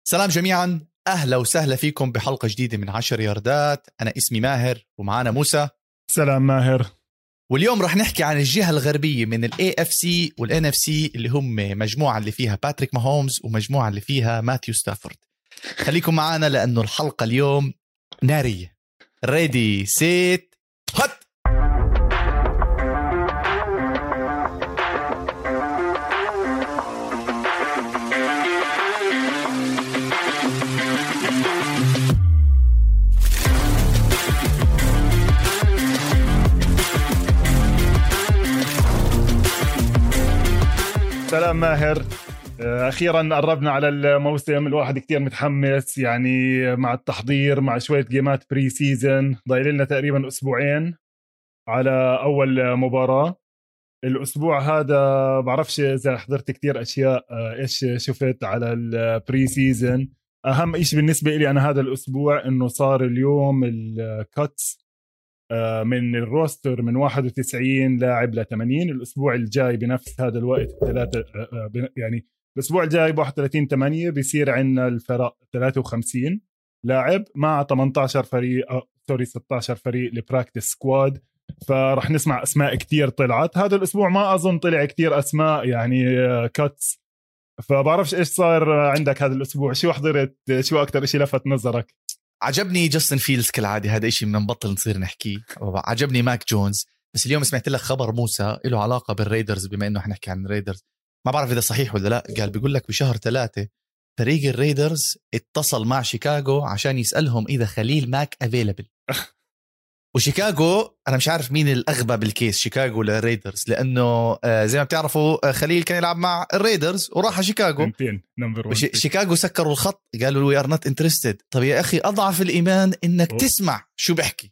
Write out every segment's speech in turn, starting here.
سلام جميعا، أهلا وسهلا فيكم بحلقة جديدة من 10 ياردات. أنا اسمي ماهر ومعانا موسى. سلام ماهر. واليوم رح نحكي عن الجهة الغربية من ال AFC وال NFC اللي هم مجموعة اللي فيها باتريك ماهومز ومجموعة اللي فيها ماثيو ستافورد. خليكم معانا لأنه الحلقة اليوم نارية. ريدي سيت هات. سلام ماهر. أخيرا قربنا على الموسم، الواحد كتير متحمس يعني مع التحضير، مع شوية جيمات بري سيزن. ضايل لنا تقريبا أسبوعين على أول مباراة. الأسبوع هذا بعرفش إذا حضرت كتير أشياء، إيش شفت على البري سيزن. أهم إيش بالنسبة لي أنا هذا الأسبوع إنه صار اليوم الكاتس من الروستر من 91 لاعب ل 80. الأسبوع الجاي بنفس هذا الوقت يعني الأسبوع الجاي ب 31/8 بيصير عندنا الفرق 53 لاعب مع 18 فريق 16 فريق لبراكتس سكواد. فرح نسمع أسماء كتير طلعت هذا الأسبوع، ما أظن طلع كتير أسماء يعني كاتس. فبعرفش إيش صار عندك هذا الأسبوع، شو حضرت، شو أكتر إشي لفت نظرك؟ عجبني جاستن فيلدز كالعادة، هذا إشي من نبطل نصير نحكي. عجبني ماك جونز. بس اليوم سمعت لك خبر موسى له علاقة بالريدرز، بما إنه حنحكي عن الريدرز. ما بعرف إذا صحيح ولا لا. قال بيقول لك بشهر 3 فريق الريدرز اتصل مع شيكاغو عشان يسألهم إذا خليل ماك أفيلبل. وشيكاغو أنا مش عارف مين الأغبى بالكيس، شيكاغو ولا الريدرز، لأنه زي ما بتعرفوا خليل كان يلعب مع الريدرز وراح شيكاغو. شيكاغو سكروا الخط، قالوا له we are not interested. طب يا أخي أضعف الإيمان إنك تسمع شو بحكي.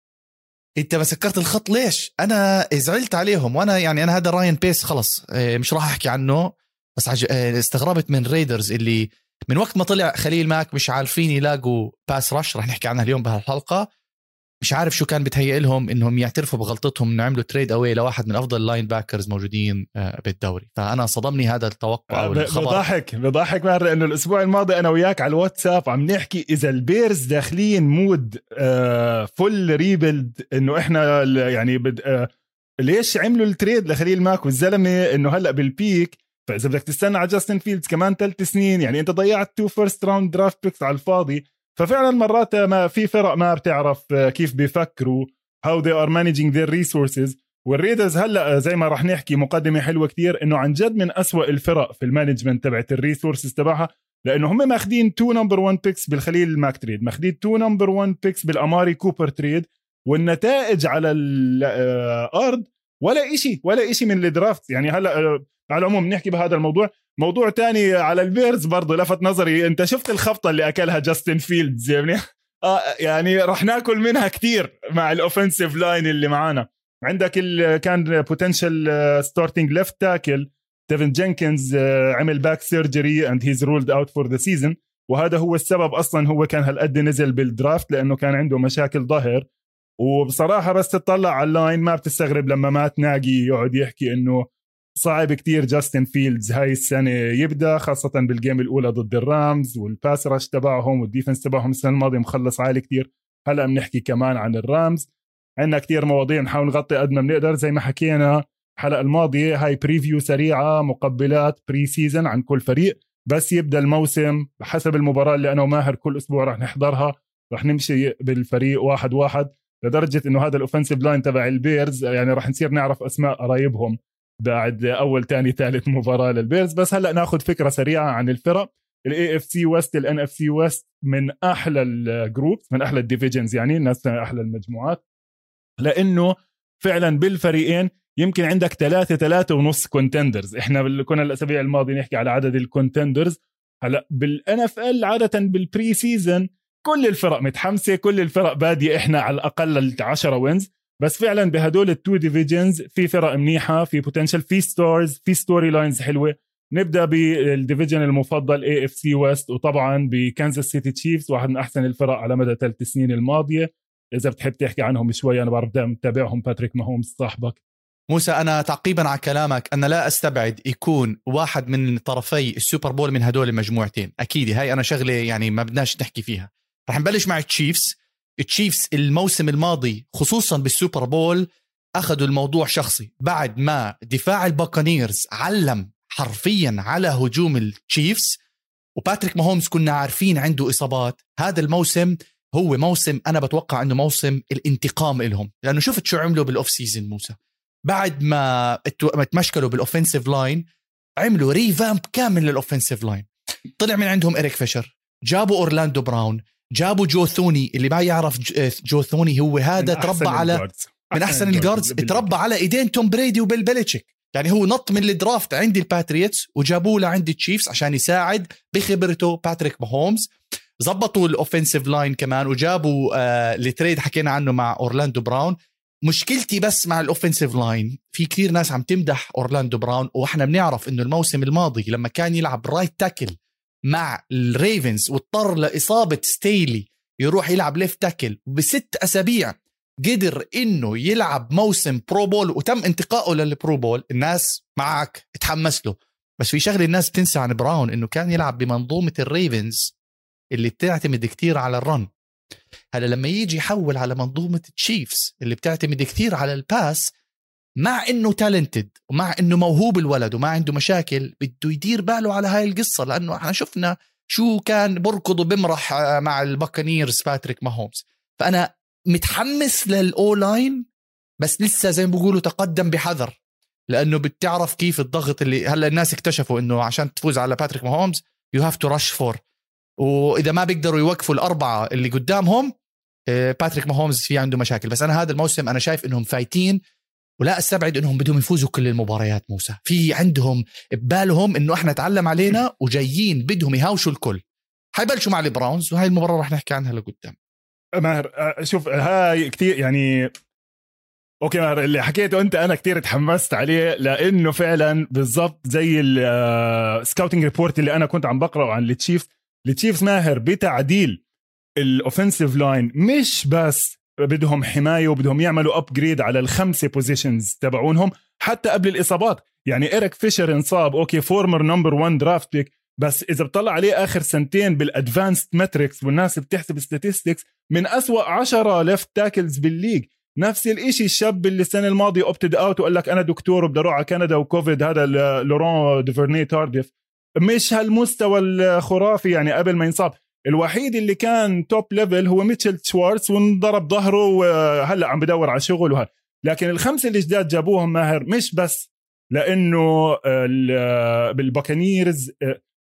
أنت ما سكرت الخط ليش؟ أنا زعلت عليهم، وأنا يعني أنا هذا راين بيس خلص مش راح أحكي عنه. بس استغربت من الريدرز اللي من وقت ما طلع خليل ماك مش عارفين يلاقوا باس رش. رح نحكي عنها اليوم بهالحلقة. مش عارف شو كان بتهيئ لهم انهم يعترفوا بغلطتهم انه عملوا تريد اوي لواحد من افضل اللاين باكرز موجودين بالدوري. فانا صدمني هذا التوقع او الخبر. بضحك مره انه الاسبوع الماضي انا وياك على الواتساب عم نحكي اذا البيرز داخلين مود فل ريبيلد، انه احنا يعني ليش عملوا التريد لخليل ماك والزلمه انه هلا بالبيك. فاذا بدك تستنى على جاستن فيلدز كمان 3 سنين، يعني انت ضيعت 2 فيرست راوند درافت بيكس على الفاضي. ففعلا مرات ما في فرق ما بتعرف كيف بيفكروا how they are managing their resources. والريدرز هلأ زي ما رح نحكي مقدمة حلوة كتير، انه عن جد من أسوأ الفرق في المانجمنت تبعت الريسورسز تبعها، لانه هم ماخدين 2 نمبر 1 بيكس بالخليل الماك تريد، ماخدين 2 نمبر 1 بيكس بالأماري كوبر تريد، والنتائج على الأرض ولا إشي من الدرافت. يعني هلأ على العموم نحكي بهذا الموضوع. موضوع تاني على البيرز برضو لفت نظري، انت شفت الخبطة اللي اكلها جاستن فيلدز يعني يعني رح ناكل منها كتير مع الاوفنسيف لاين اللي معانا. عندك كان بوتنشال ستارتنج ليفت تاكل تيفن جينكنز عمل باك سيرجري اند هيز رولد اوت فور ذا سيزون، وهذا هو السبب اصلا هو كان هالقد نزل بالدرافت لانه كان عنده مشاكل ظهر. وبصراحة بس تطلع على اللاين ما بتستغرب لما مات ناجي يقعد يحكي انه صعب كتير جاستن فيلدز هاي السنة يبدأ، خاصة بالجيم الأولى ضد الرامز، والباس راش تبعهم والديفنس تبعهم السنة الماضية مخلص عالي كتير. هلأ بنحكي كمان عن الرامز. عندنا كتير مواضيع نحاول نغطي قد ما بنقدر. زي ما حكينا الحلقة الماضية هاي بريفيو سريعة، مقبلات بري سيزن عن كل فريق. بس يبدأ الموسم بحسب المباراة اللي أنا وماهر كل أسبوع رح نحضرها، رح نمشي بالفريق واحد واحد، لدرجة إنه هذا الأوفنسيف لاين تبع البيرز يعني رح نصير نعرف أسماء قرايبهم بعد أول تاني ثالث مباراة للبيرز. بس هلأ ناخد فكرة سريعة عن الفرق. ال AFC West ال NFC West من أحلى الجروبس، من أحلى الديفيجنز، يعني الناس أحلى المجموعات، لأنه فعلا بالفريقين يمكن عندك 3.5 كونتندرز. إحنا كنا الأسابيع الماضية نحكي على عدد الكونتندرز. هلأ بالNFL عادة بالبري سيزن كل الفرق متحمسة، كل الفرق بادية إحنا على الأقل 10 وينز. بس فعلا بهدول التو ديفيجنز في فرق منيحة، في بوتنشل، في ستارز، في ستوري لاينز حلوة. نبدأ بالديفيجن المفضل AFC West، وطبعا بكانزاس سيتي تشيفز، واحد من أحسن الفرق على مدى 3 سنين الماضية. إذا بتحب تحكي عنهم شوي، أنا بعرف دائما متابعهم، باتريك ماهومز صاحبك. موسى أنا تعقيبا على كلامك أنا لا أستبعد يكون واحد من طرفي السوبر بول من هدول المجموعتين. أكيد هاي أنا شغلة يعني ما بدناش نحكي فيها. رح نبلش مع التشيفز الموسم الماضي خصوصا بالسوبر بول أخذوا الموضوع شخصي بعد ما دفاع الباكانيرز علم حرفيا على هجوم التشيفز، وباتريك ماهومز كنا عارفين عنده إصابات. هذا الموسم هو موسم أنا بتوقع أنه موسم الانتقام لهم، لأنه شفت شو عملوا بالأوف سيزن موسى بعد ما تمشكلوا بالأوفنسيف لاين، عملوا ريفامب كامل للأوفنسيف لاين. طلع من عندهم إريك فيشر، جابوا أورلاندو براون، جابوا جو ثوني اللي ما يعرف جو ثوني هو هذا تربى على من أحسن الجاردز، تربى على إيدين توم بريدي وبيل بيليتشيك. يعني هو نط من الدرافت عند الباتريوتس وجابوه لعند التشيفز عشان يساعد بخبرته باتريك ماهومز. زبطوا الأوفنسيف لاين كمان وجابوا التريد حكينا عنه مع أورلاندو براون. مشكلتي بس مع الأوفنسيف لاين في كتير ناس عم تمدح أورلاندو براون، وإحنا بنعرف إنه الموسم الماضي لما كان يلعب رايت تاكل مع الريفنز واضطر لإصابة ستيلي يروح يلعب ليفت تاكل، ب6 أسابيع قدر إنه يلعب موسم برو بول وتم انتقائه للبرو بول. الناس معك تحمس له، بس في شغله الناس بتنسى عن براون إنه كان يلعب بمنظومة الريفنز اللي بتعتمد كتير على الرن. هلا لما يجي يحول على منظومة التشيفز اللي بتعتمد كتير على الباس، مع إنه تالنتد ومع إنه موهوب الولد وما عنده مشاكل، بده يدير باله على هاي القصة، لأنه احنا شفنا شو كان بركض وبمرح مع الباكانيرز باتريك ماهومز. فأنا متحمس للأولاين، بس لسه زي ما بيقولوا تقدم بحذر، لأنه بتعرف كيف الضغط اللي هلا الناس اكتشفوا إنه عشان تفوز على باتريك ماهومز you have to rush for، وإذا ما بيقدروا يوقفوا الأربعة اللي قدامهم باتريك ماهومز في عنده مشاكل. بس أنا هذا الموسم أنا شايف إنهم فايتين، ولا أستبعد إنهم بدهم يفوزوا كل المباريات. موسى في عندهم ببالهم إنه إحنا تعلم علينا وجايين بدهم يهاوشوا الكل. حيبلشوا مع البراونز وهاي المباراة رح نحكي عنها لقدام. ماهر شوف هاي كتير يعني اوكي ماهر اللي حكيته انت انا كتير تحمست عليه، لانه فعلا بالضبط زي السكاوتنج ريبورت اللي انا كنت عم بقرأه عن التشيفز ماهر بتعديل الاوفنسيف لاين. مش بس بدهم حماية وبدهم يعملوا أبجريد على ال5 بوزيشنز تبعونهم حتى قبل الإصابات. يعني إيريك فيشر انصاب، أوكي فورمر نمبر 1 درافت بيك، بس إذا بطلع عليه آخر سنتين بالأدفانسد ماتريكس والناس بتحسب ستاتيستكس من أسوأ 10 ليفت تاكلز بالليج. نفس الاشي الشاب اللي السنة الماضية اوبتد اوت وقال لك أنا دكتور وبدي أروح على كندا وكوفيد، هذا لوران ديفرني تارديف، مش هالمستوى الخرافي يعني قبل ما ينصاب. الوحيد اللي كان توب ليفل هو ميتشل شوارتز وانضرب ظهره وهلأ عم بدور على شغل وهذا. لكن ال5 اللي جداد جابوهم ماهر مش بس لأنه بالباكانيرز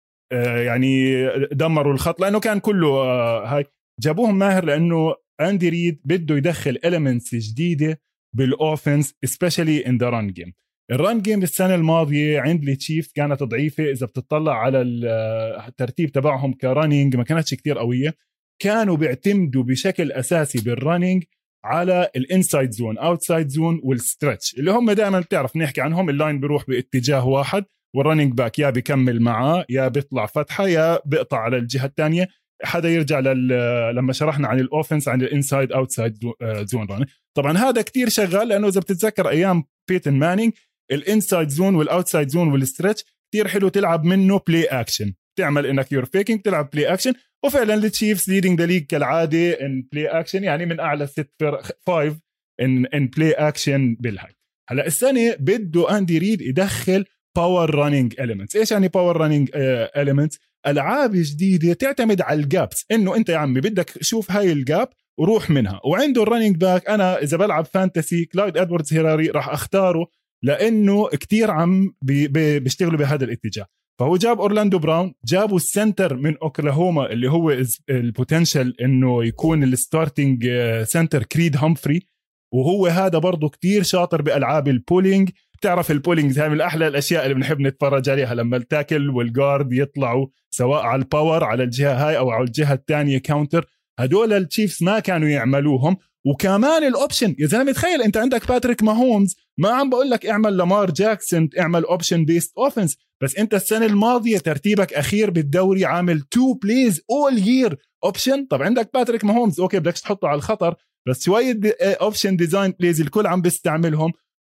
يعني دمروا الخط، لأنه كان كله هاي. جابوهم ماهر لأنه أندي ريد بده يدخل إليمنتس جديدة بالأوفنس especially in the run game. الران جيم السنة الماضية عند التشيفز كانت ضعيفة. إذا بتطلع على الترتيب تبعهم كرانينج ما كانتش كتير قوية. كانوا بيعتمدوا بشكل أساسي بالرانينج على الانسايد زون اوتسايد زون والستريتش اللي هم دائما بتعرف نحكي عنهم. اللاين بيروح باتجاه واحد والرانينج باك يا بيكمل معاه يا بيطلع فتحة يا بيقطع على الجهة الثانية. حدا يرجع لما شرحنا عن الأوفنس عن الانسايد اوتسايد زون رانينج. طبعا هذا كتير شغال لأنه إذا بتتذكر أيام بيتن مانينج الانسايد زون والاوتسايد زون والستريتش كتير حلو تلعب منه بلاي اكشن، تعمل انك يور فيكينج تلعب بلاي اكشن. وفعلا التشيفز ليدنج ذا ليج كالعاده ان بلاي اكشن، يعني من اعلى 5 ان بلاي اكشن بالهاي. هلا السنه بده اندي ريد يدخل باور رانينج اليمنتس. ايش يعني باور رانينج اليمنتس؟ العاب جديده تعتمد على الجابس، انه انت يا عمي بدك شوف هاي الجاب وروح منها. وعنده الرانينج باك، انا اذا بلعب فانتسي كلايد ادواردز هيراري راح اختاره لانه كتير عم بيشتغلوا بهذا الاتجاه. فهو جاب أورلاندو براون، جابوا السنتر من أوكلاهوما اللي هو البوتنشل انه يكون الستارتنج سنتر كريد هامفري، وهو هذا برضو كتير شاطر بألعاب البولينج. بتعرف البولينج هاي من أحلى الأشياء اللي بنحب نتفرج عليها، لما التاكل والجارد يطلعوا سواء على الباور على الجهة هاي أو على الجهة الثانية كاونتر. هدول التشيفز ما كانوا يعملوهم. وكمان الأوبشن يا زلمة، تخيل أنت عندك باتريك ماهومز، ما عم بقول لك اعمل لامار جاكسون اعمل أوبشن بيست أوفنس، بس أنت السنة الماضية ترتيبك أخير بالدوري عامل 2 بليز أول يير أوبشن. طب عندك باتريك ماهومز أوكي بدك تحطه على الخطر، بس شوية أوبشن ديزاين بليز الكل عم بيستعملهم.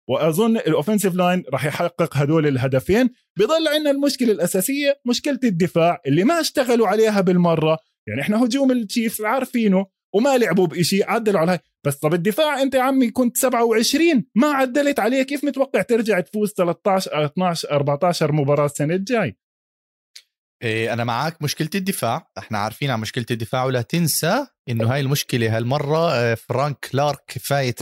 وأظن الأوفنسيف لاين راح يحقق هدول الهدفين. بيضل عندنا المشكلة الأساسية مشكلة الدفاع اللي ما اشتغلوا عليها بالمرة. يعني إحنا هجوم التشيفز عارفينه وما لعبوا بإشي، عدلوا على هاي. بس طب الدفاع أنت يا عمي كنت 27 ما عدلت عليه، كيف متوقع ترجع تفوز 13 12 14 مباراة السنة الجاي؟ أنا معاك. مشكلة الدفاع احنا عارفين عن مشكلة الدفاع، ولا تنسى إنه هاي المشكلة هالمرة فرانك كلارك فايت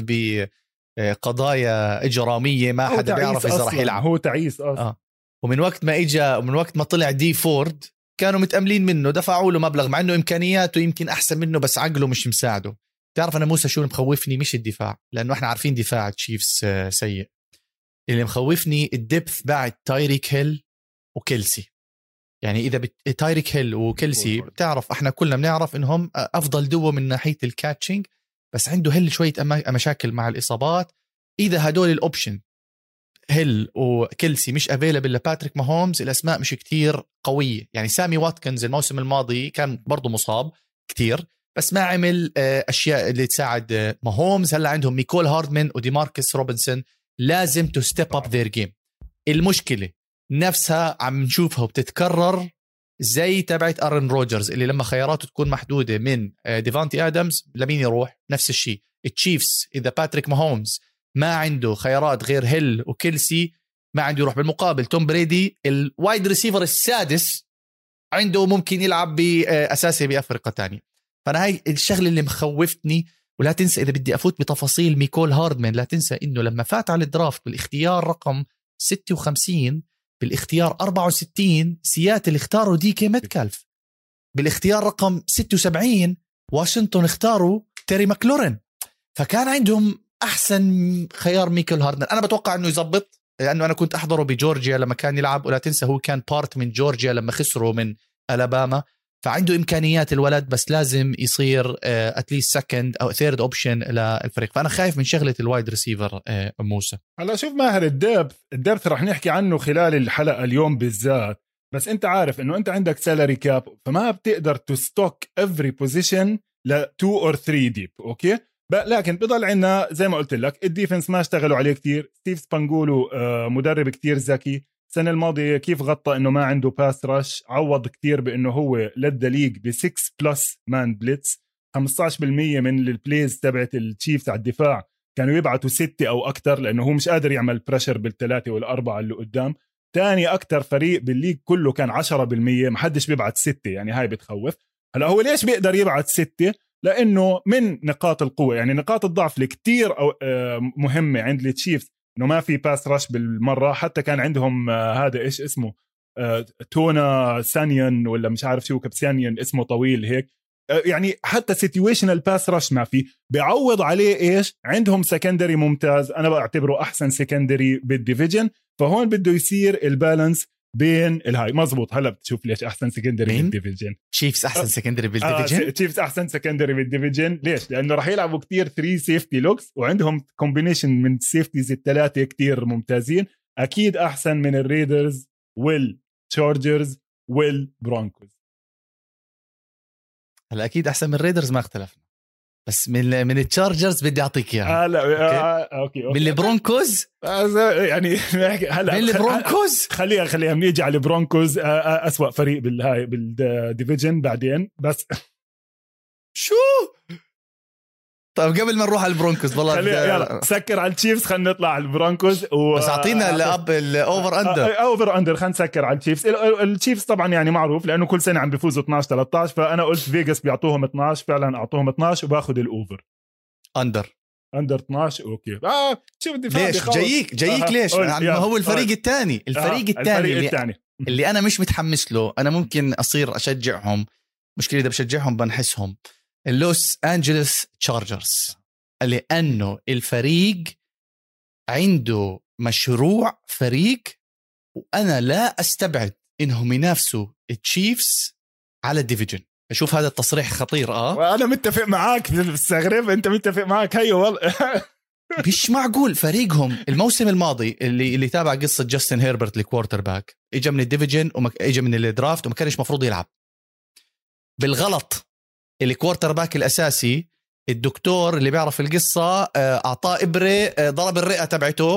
بقضايا إجرامية ما حدا بيعرف إذا راح يلعب. هو تعيس أصلا. ومن وقت ما إجا ومن وقت ما طلع دي فورد كانوا متأملين منه، دفعوا له مبلغ مع إنه إمكانياته يمكن أحسن منه بس عقله مش مساعده. تعرف أنا موسى شو مخوفني؟ مش الدفاع، لأنه احنا عارفين دفاع تشيفز سيء. اللي مخوفني الدبث بعد تايريك هيل وكيلسي. يعني إذا تايريك هيل وكيلسي بتعرف احنا كلنا بنعرف إنهم أفضل دوة من ناحية الكاتشنج، بس عنده هيل شوية مشاكل مع الإصابات. إذا هدول الأوبشن هيل وكيلسي مش افيلبل لباتريك ماهومز، الاسماء مش كتير قويه. يعني سامي واتكنز الموسم الماضي كان برضو مصاب كتير بس ما عمل اشياء اللي تساعد ماهومز. هلا عندهم ميكول هاردمان وديماركس روبنسون، لازم تو ستيب اب ذير جيم. المشكله نفسها عم نشوفها وبتتكرر زي تبعت ارن روجرز اللي لما خياراته تكون محدوده من ديفانتي ادمز لمين يروح؟ نفس الشيء التشيفز اذا باتريك ماهومز ما عنده خيارات غير هيل وكيلسي ما عنده يروح. بالمقابل توم بريدي الوايد ريسيفر السادس عنده ممكن يلعب بأساسي بأفريقيا تانية. فأنا هاي الشغل اللي مخوفتني. ولا تنسى إذا بدي أفوت بتفاصيل ميكول هاردمان، لا تنسى إنه لما فات على الدرافت بالاختيار رقم 56 بالاختيار 64 سياتل اختاروا دي كي متكالف، بالاختيار رقم 76 واشنطن اختاروا تيري ماكلورين. فكان عندهم أحسن خيار ميكل هاردمان. أنا بتوقع أنه يزبط لأنه أنا كنت أحضره بجورجيا لما كان يلعب، ولا تنسى هو كان بارت من جورجيا لما خسروا من ألاباما. فعنده إمكانيات الولد بس لازم يصير أتليست سكند أو ثيرد أوبشن للفريق. فأنا خايف من شغلة الوايد ريسيفر موسى. هلا شوف ماهر، الدبث رح نحكي عنه خلال الحلقة اليوم بالذات. بس أنت عارف أنه أنت عندك سالاري كاب فما بتقدر تستوك every position ل 2 or 3 ديب. أوكي لكن بضل عنا زي ما قلت لك الديفنس ما اشتغلوا عليه كتير. ستيف سبانجولو مدرب كتير ذكي. السنة الماضية كيف غطى انه ما عنده باس رش، عوض كتير بانه هو لدى ليج ب6 بلس مان بليتس. 15% من البليز تبعت التشيفز على الدفاع كانوا يبعتوا 6 او اكتر لانه هو مش قادر يعمل بريشر بالثلاثة والاربعة اللي قدام. تاني اكتر فريق بالليج كله كان 10%، محدش بيبعت 6. يعني هاي بتخوف. هلا هو ليش بيقدر يبعت 6؟ لانه من نقاط القوه، يعني نقاط الضعف اللي كتير مهمه عند التشيفز انه ما في باس رش بالمره. حتى كان عندهم هذا ايش اسمه تونا سانيان ولا مش عارف شو كبسانيان اسمه طويل هيك. يعني حتى سيتويشنال باس رش ما في. بيعوض عليه ايش؟ عندهم سكندري ممتاز، انا بعتبره احسن سكندري بالديفيجن. فهون بده يصير البالانس بين الهاي. مزبوط. هلا بتشوف ليش احسن سكندري بالديفيجن. تشيفز احسن سكندري بالديفيجن. تشيفز احسن سكندري بالديفيجن. ليش؟ لانه راح يلعبوا كتير 3 سيفتي لوكس وعندهم كومبينيشن من سيفتيز الثلاثه كتير ممتازين. اكيد احسن من الريدرز والتشارجرز والبرونكوز. هلا اكيد احسن من الريدرز ما اختلفنا، بس من التشارجرز بدي اعطيك اياها. لا أوكي. من البرونكوز يعني هلا من البرونكوز خليها بنيجي على البرونكوز. أسوأ فريق بالهاي بالديفيجن بعدين. بس شو طيب قبل ما نروح على البرونكوز والله يلا سكر على التشيفز. خلينا نطلع على البرونكوز بس اعطينا الاوفر اندر. اوفر اندر. خلينا نسكر على التشيفز. التشيفز طبعا يعني معروف لانه كل سنه عم بيفوزوا 12-13. فانا قلت فيغاس بيعطوهم 12، فعلا اعطوهم 12 وباخذ الاوفر اندر 12. اوكي شو بدي ليش جايك ليش؟ يعني هو الفريق الثاني اللي انا مش متحمس له. انا ممكن اصير اشجعهم، مشكلة إذا بشجعهم بنحسهم اللوس أنجلس تشارجرز، لأنه الفريق عنده مشروع فريق، وأنا لا أستبعد إنهم ينافسوا التشيفز على الديفيجن. أشوف هذا التصريح خطير. وأنا متفق معاك بالسغرب. أنت متفق معك هيو والله. مش معقول فريقهم الموسم الماضي اللي تابع قصة جاستن هيربرت الكوارتر باك، إجا من الديفيجن وإجا من الدرافت وما كانش مفروض يلعب بالغلط. الكوارتر باك الأساسي الدكتور اللي بيعرف القصة أعطاه إبرة ضرب الرئة تبعته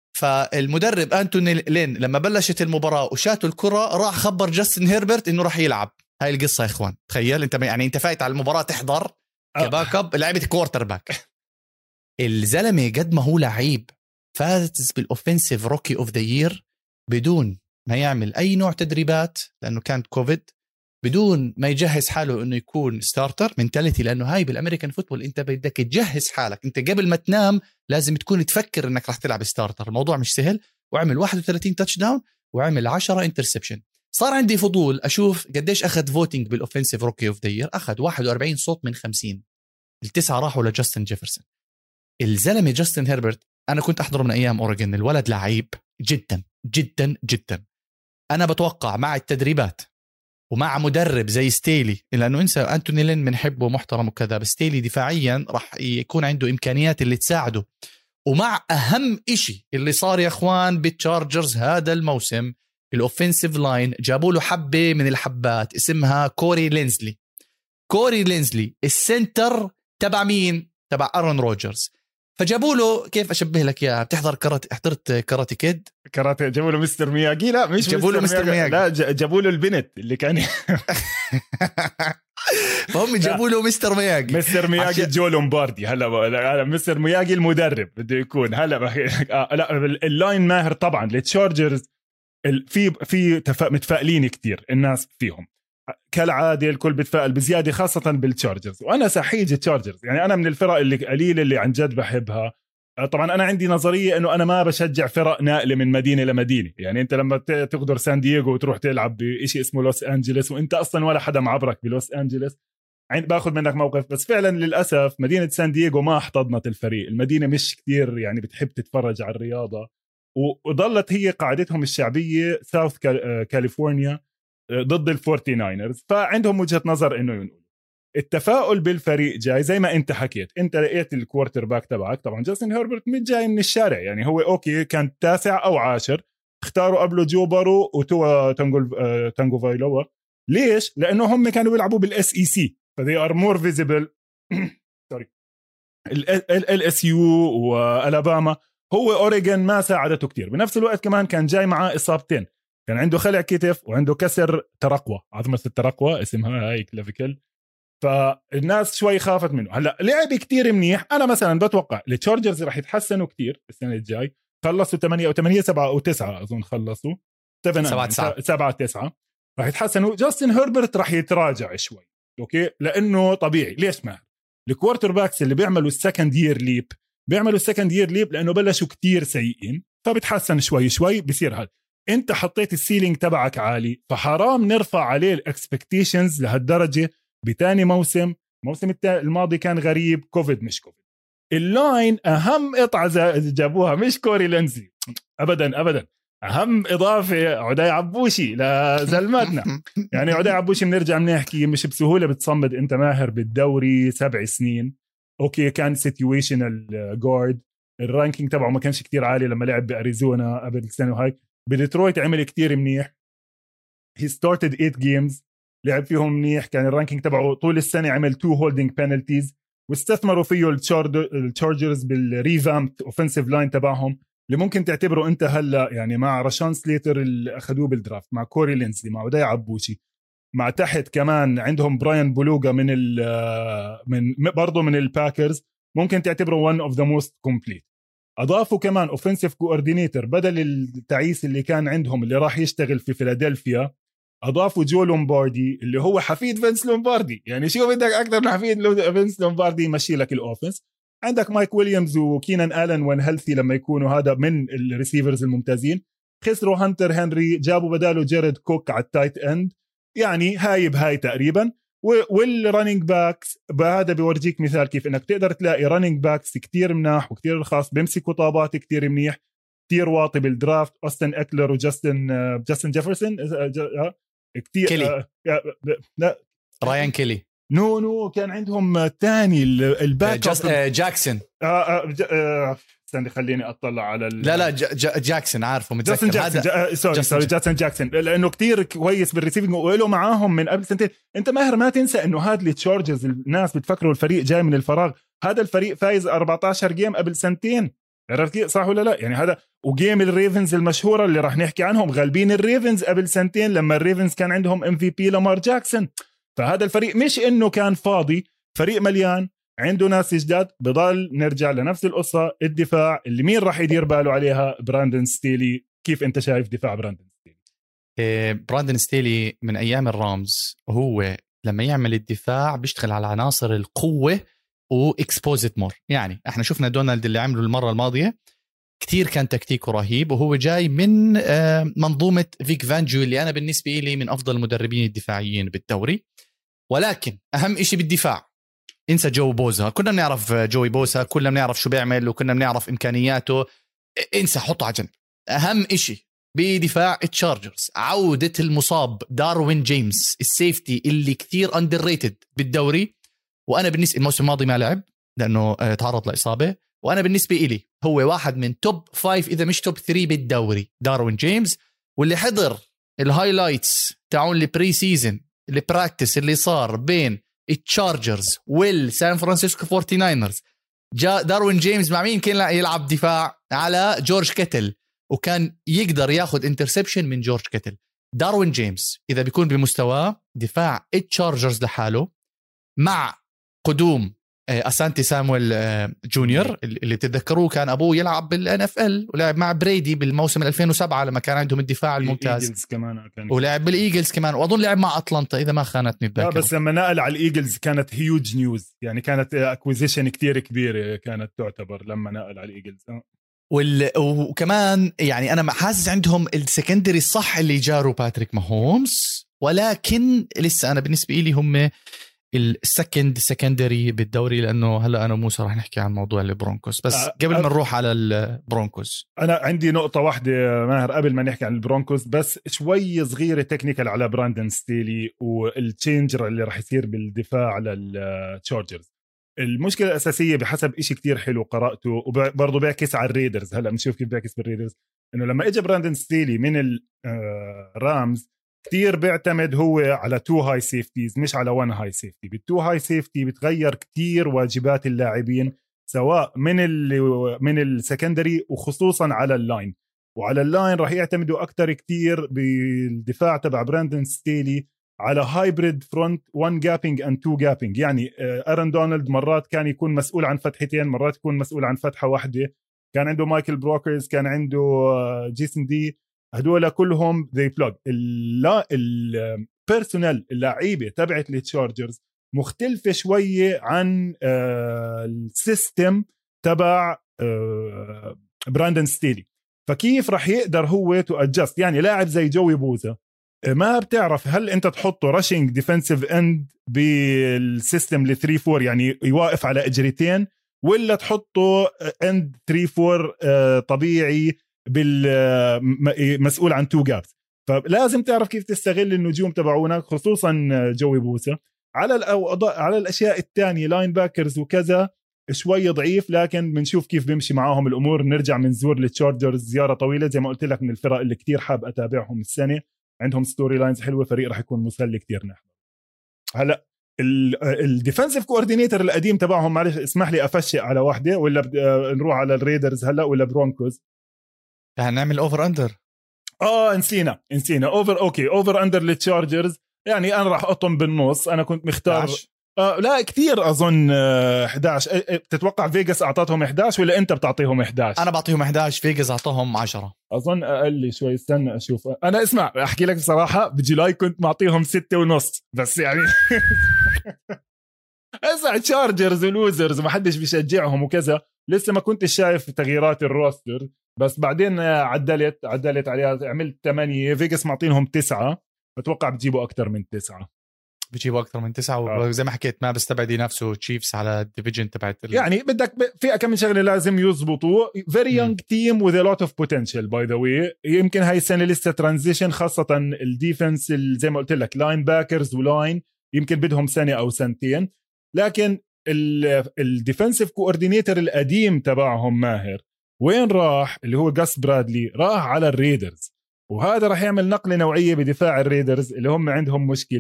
فالمدرب أنتوني لين لما بلشت المباراة وشاتوا الكرة راح خبر جاستن هيربرت إنه راح يلعب. هاي القصة يا إخوان. تخيل أنت يعني أنت فايت على المباراة تحضر كباك اب لعبة كوارتر باك. الزلمة قد ما هو لعيب فاز بالأوفنسيف روكي أوف ذا يير بدون ما يعمل أي نوع تدريبات لأنه كانت كوفيد، بدون ما يجهز حاله إنه يكون ستارتر منتاليتي. لأنه هاي بالأمريكان فوتبول أنت بدك تجهز حالك، أنت قبل ما تنام لازم تكون تفكر إنك راح تلعب ستارتر. الموضوع مش سهل. وعمل 31 تاتش داون وعمل 10 انترسبشن. صار عندي فضول أشوف قديش أخذ فوتينج بالأوفنسيف روكي أوف ذا يير. أخذ 41 صوت من 50، 9 راحوا لجاستن جيفرسون. الزلمة جاستن هيربرت أنا كنت أحضره من أيام أوريجن. الولد لعيب جدا جدا جدا. أنا بتوقع مع التدريبات ومع مدرب زي ستيلي، لأنه إنسى أنتوني لين منحبه محترم وكذا، بس ستيلي دفاعيا راح يكون عنده إمكانيات اللي تساعده. ومع أهم إشي اللي صار يا أخوان بالتشارجرز هذا الموسم، الأوفنسيف لاين جابوا له حبة من الحبات اسمها كوري لينزلي. كوري لينزلي السنتر تبع مين؟ تبع أرون روجرز. فجابوا له، كيف أشبه لك يا بتحضر حضرت كاراتي كيد؟ كاراتي جابوا له مستر مياجي. لا مش جابوا له مستر مياجي. لا جابوا له البنت اللي كان فهم جابوا له مستر مياجي. مستر مياجي جو لومباردي. هلا مستر مياجي المدرب بده يكون هلا لا اللاين ماهر طبعا. للتشارجرز في متفائلين كتير الناس فيهم كالعاده. الكل بتفائل بزياده خاصه بالتشارجرز، وانا سحيج التشارجرز. يعني انا من الفرق اللي قليله اللي عن جد بحبها. طبعا انا عندي نظريه انه انا ما بشجع فرق ناقله من مدينه لمدينه. يعني انت لما تقدر سان دييغو وتروح تلعب بشيء اسمه لوس انجلوس وانت اصلا ولا حدا معبرك بلوس انجلوس، باخذ منك موقف. بس فعلا للاسف مدينه سان دييغو ما احتضنت الفريق. المدينه مش كتير يعني بتحب تتفرج على الرياضه، وظلت هي قاعدتهم الشعبيه ساوث كاليفورنيا ضد الفورتي ناينرز. فعندهم وجهة نظر انه ينقلوا. التفاؤل بالفريق جاي زي ما انت حكيت. انت لقيت الكوارتر باك تبعك طبعا جاستن هيربرت مش جاي من الشارع. يعني هو اوكي كان 9 أو 10. اختاروا قبله جو بارو وتوا تانجو فايلوا. ليش؟ لانه هم كانوا بيلعبوا بالاس اي سي فدي ار مور فيزيبل. سوري. ال SU والاباما. هو اوريجن ما ساعدته كتير. بنفس الوقت كمان كان جاي معاه اصابتين. كان عنده خلع كتف وعنده كسر ترقوة، عظمة الترقوة اسمها هاي كلافيكل. فالناس شوي خافت منه. هلا لعب كتير منيح. انا مثلا بتوقع التشارجرز راح يتحسنوا كتير السنة الجاي. خلصوا 8 7 أو 9 اظن خلصوا 7 9 راح يتحسنوا. جاستن هيربرت راح يتراجع شوي. اوكي لانه طبيعي. ليش؟ ما الكوارتر باكس اللي بيعملوا السكند يير ليب لانه بلشوا كتير سيئين، فبتحسن شوي بصير هذا. انت حطيت السيلينج تبعك عالي، فحرام نرفع عليه الاكسبكتيشنز لهالدرجه بتاني موسم. الموسم الماضي كان غريب، كوفيد مش كوفيد. اللاين اهم قطعه جابوها مش كوري لينزلي ابدا. اهم اضافه عدي عبوشي لزلمتنا. يعني عدي عبوشي بنرجع بنحكي مش بسهوله بتصمد انت ماهر بالدوري 7 سنين. اوكي كان سيتويشنال جارد. الرانكينج تبعه ما كانش كتير عالي لما لعب باريزونا قبل السنه وهاي. بديترويت عمل كتير منيح. he started 8 games لعب فيهم منيح. كان الرانكينج تبعه طول السنة عمل 2 holding penalties. واستثمروا فيه التشارجرز بالريفامت اوفنسيف لاين تبعهم اللي ممكن تعتبره انت هلا يعني مع راشان سليتر اللي اخذوه بالدرافت، مع كوري لينسلي، مع وداي عبوشي، مع تحت كمان عندهم براين بولوغا من برضه من الباكرز. ممكن تعتبره one of the most complete. أضافوا كمان أوفنسيف كوردينيتر بدل التعيس اللي كان عندهم اللي راح يشتغل في فيلادلفيا. أضافوا جو لومباردي اللي هو حفيد فينس لومباردي. يعني شو بدك أكثر من حفيد فينس لومباردي يمشي لك الأوفنس. عندك مايك ويليامز وكينان آلن وين هيلثي لما يكونوا هذا من الريسيفرز الممتازين. خسروا هانتر هنري، جابوا بداله جيرد كوك على التايت اند. يعني هاي بهاي تقريبا. والرننج باكس بهذا بيورجيك مثال كيف انك تقدر تلاقي رننج باكس كتير مناح وكتير رخاص بيمسكوا طابات كتير منيح كتير واطي بالدرافت. أوستن أكلر وجاستن جيفرسون كتير كيلي. لا رايان كيلي. نو كان عندهم تاني الباك جاكسون. استنى خليني اطلع على لا جاكسون عارفه متذكر جاكسون جاكسون لانه كتير كويس بالريسيفنج وله معاهم من قبل سنتين. انت ماهر ما تنسى انه هذا التشارجرز الناس بتفكروا الفريق جاي من الفراغ. هذا الفريق فايز 14 جيم قبل سنتين. عرفت كيف صح ولا لا؟ يعني هذا وجيم الريفنز المشهورة اللي راح نحكي عنهم، غالبين الريفنز قبل سنتين لما الريفنز كان عندهم MVP لامار جاكسون. فهذا الفريق مش إنه كان فاضي، فريق مليان عنده ناس جداد. بضل نرجع لنفس القصة، الدفاع اللي مين راح يدير باله عليها؟ براندن ستيلي. كيف أنت شايف دفاع براندن ستيلي؟ براندن ستيلي من أيام الرامز، وهو لما يعمل الدفاع بيشتغل على عناصر القوة وإكسبوزيت مور. يعني احنا شفنا دونالد اللي عمله المرة الماضية كتير كان تكتيكه رهيب، وهو جاي من منظومة فيك فانجو اللي أنا بالنسبة لي من أفضل المدربين الدفاعيين بالدوري. ولكن أهم إشي بالدفاع، انسى جو بوزا. كنا بنعرف جوي بوزا، كنا بنعرف شو بيعمل وكنا بنعرف إمكانياته، انسى حطه على جنب. أهم إشي بدفاع التشارجرز عودة المصاب داروين جيمس السيفتي اللي كتير اندر ريتد بالدوري. وأنا بالنسبة الموسم الماضي ما لعب لأنه تعرض لإصابة، وأنا بالنسبة إلي هو واحد من توب 5 إذا مش توب 3 بالدوري داروين جيمس. واللي حضر الهايلايتس تاعون البري سيزن البراكتس اللي صار بين التشارجرز والسان فرانسيسكو 49رز، جاء داروين جيمس مع مين كان يلعب دفاع؟ على جورج كيتل، وكان يقدر ياخد انترسبشن من جورج كيتل. داروين جيمس إذا بيكون بمستواه دفاع التشارجرز لحاله مع قدوم أسانتي سامويل جونيور اللي تتذكروه كان أبوه يلعب بالNFL ولعب مع بريدي بالموسم 2007 لما كان عندهم الدفاع الممتاز، ولعب بالإيجلز كمان، وأظن لعب مع أطلانتا إذا ما خانتني الذاكرة. بس لما نقل على الإيجلز كانت هيوج نيوز، يعني كانت أكويزيشن كتير كبيرة كانت تعتبر لما نقل على الإيجلز. وكمان يعني أنا حاسس عندهم السكندري الصح اللي جاروا باتريك ماهومز، ولكن لسه أنا بالنسبة لي هم السكندري بالدوري. لأنه هلأ أنا وموسى راح نحكي عن موضوع البرونكوس، بس قبل ما نروح على البرونكوس أنا عندي نقطة واحدة ماهر قبل ما نحكي عن البرونكوس، بس شوي صغيرة تكنيكال على براندن ستيلي والتشينجر اللي راح يصير بالدفاع على التشارجرز. المشكلة الأساسية بحسب إشي كتير حلو قرأته وبرضه بيعكس على الريدرز، هلأ بنشوف كيف بيعكس بالريدرز، إنه لما إجا براندن ستيلي من الرامز كتير بيعتمد هو على 2 هاي سيفتيز مش على 1 هاي سيفتي. بال2 هاي سيفتي بتغير كتير واجبات اللاعبين سواء من السكندري وخصوصا على اللاين. وعلى اللاين راح يعتمدوا أكتر كتير بالدفاع تبع براندن ستيلي على هايبريد فرونت 1 جابينج and 2 جابينج. يعني أرن دونالد مرات كان يكون مسؤول عن فتحتين، مرات يكون مسؤول عن فتحة واحدة. كان عنده مايكل بروكرز، كان عنده جيسون دي، هدول كلهم they plug. البيرسونال اللعيبة تبعت التشارجرز مختلفة شوية عن السيستم تبع براندن ستيلي. فكيف رح يقدر هو تو أدجست؟ يعني لاعب زي جوي بوزا ما بتعرف هل انت تحطه راشينج ديفنسيف اند بالسيستم ل 3-4 يعني يواقف على اجريتين، ولا تحطه اند 3-4 طبيعي بالمسؤول عن 2 جابس. فلازم تعرف كيف تستغل النجوم تبعونك خصوصا جوي بوسا. على الاشياء الثانيه لاين باكرز وكذا شوي ضعيف، لكن بنشوف كيف بيمشي معاهم الامور. نرجع منزور للتشارجرز، زياره طويله زي ما قلت لك من الفرق اللي كتير حاب اتابعهم السنه، عندهم ستوري لاينز حلوه، فريق راح يكون مسلي كتير نحن. هلا الديفنسيف كوردينيتور القديم تبعهم، معلش اسمح لي افشق على واحده، ولا نروح على الريدرز هلا ولا برونكوز؟ هنعمل اوفر اندر. نسينا اوفر اندر للتشارجرز. يعني انا راح اقطم بالنص، انا كنت مختار لا كتير اظن 11. تتوقع فيغاس اعطتهم 11 ولا انت بتعطيهم 11؟ انا بعطيهم 11، فيغاس اعطاهم 10 اظن اقل شوي. استنى اشوف. انا اسمع احكي لك بصراحه، بجولاي كنت معطيهم 6.5 بس يعني اسمع تشارجرز ولوزرز وما حدش بيشجعهم وكذا، لسه ما كنت شايف تغييرات الروستر، بس بعدين عدلت عليها عملت 8. فيغاس معطينهم 9، بتوقع بتجيبوا اكتر من 9. بيجيبوا اكثر من 9 وزي ما حكيت ما بستبعد ينافسوا تشيفز على الديفيجن تبعت يعني بدك في كم شغله لازم يزبطوا. very young team with a lot of potential by the way. يمكن هاي السنه لسه ترانزيشن، خاصه الديفنس زي ما قلت لك لاين باكرز ولاين يمكن بدهم سنه او سنتين، لكن الديفنسيف كوردينيتور القديم تبعهم ماهر وين راح؟ اللي هو جاس برادلي، راح على الريدرز، وهذا راح يعمل نقله نوعيه بدفاع الريدرز اللي هم عندهم مشكله.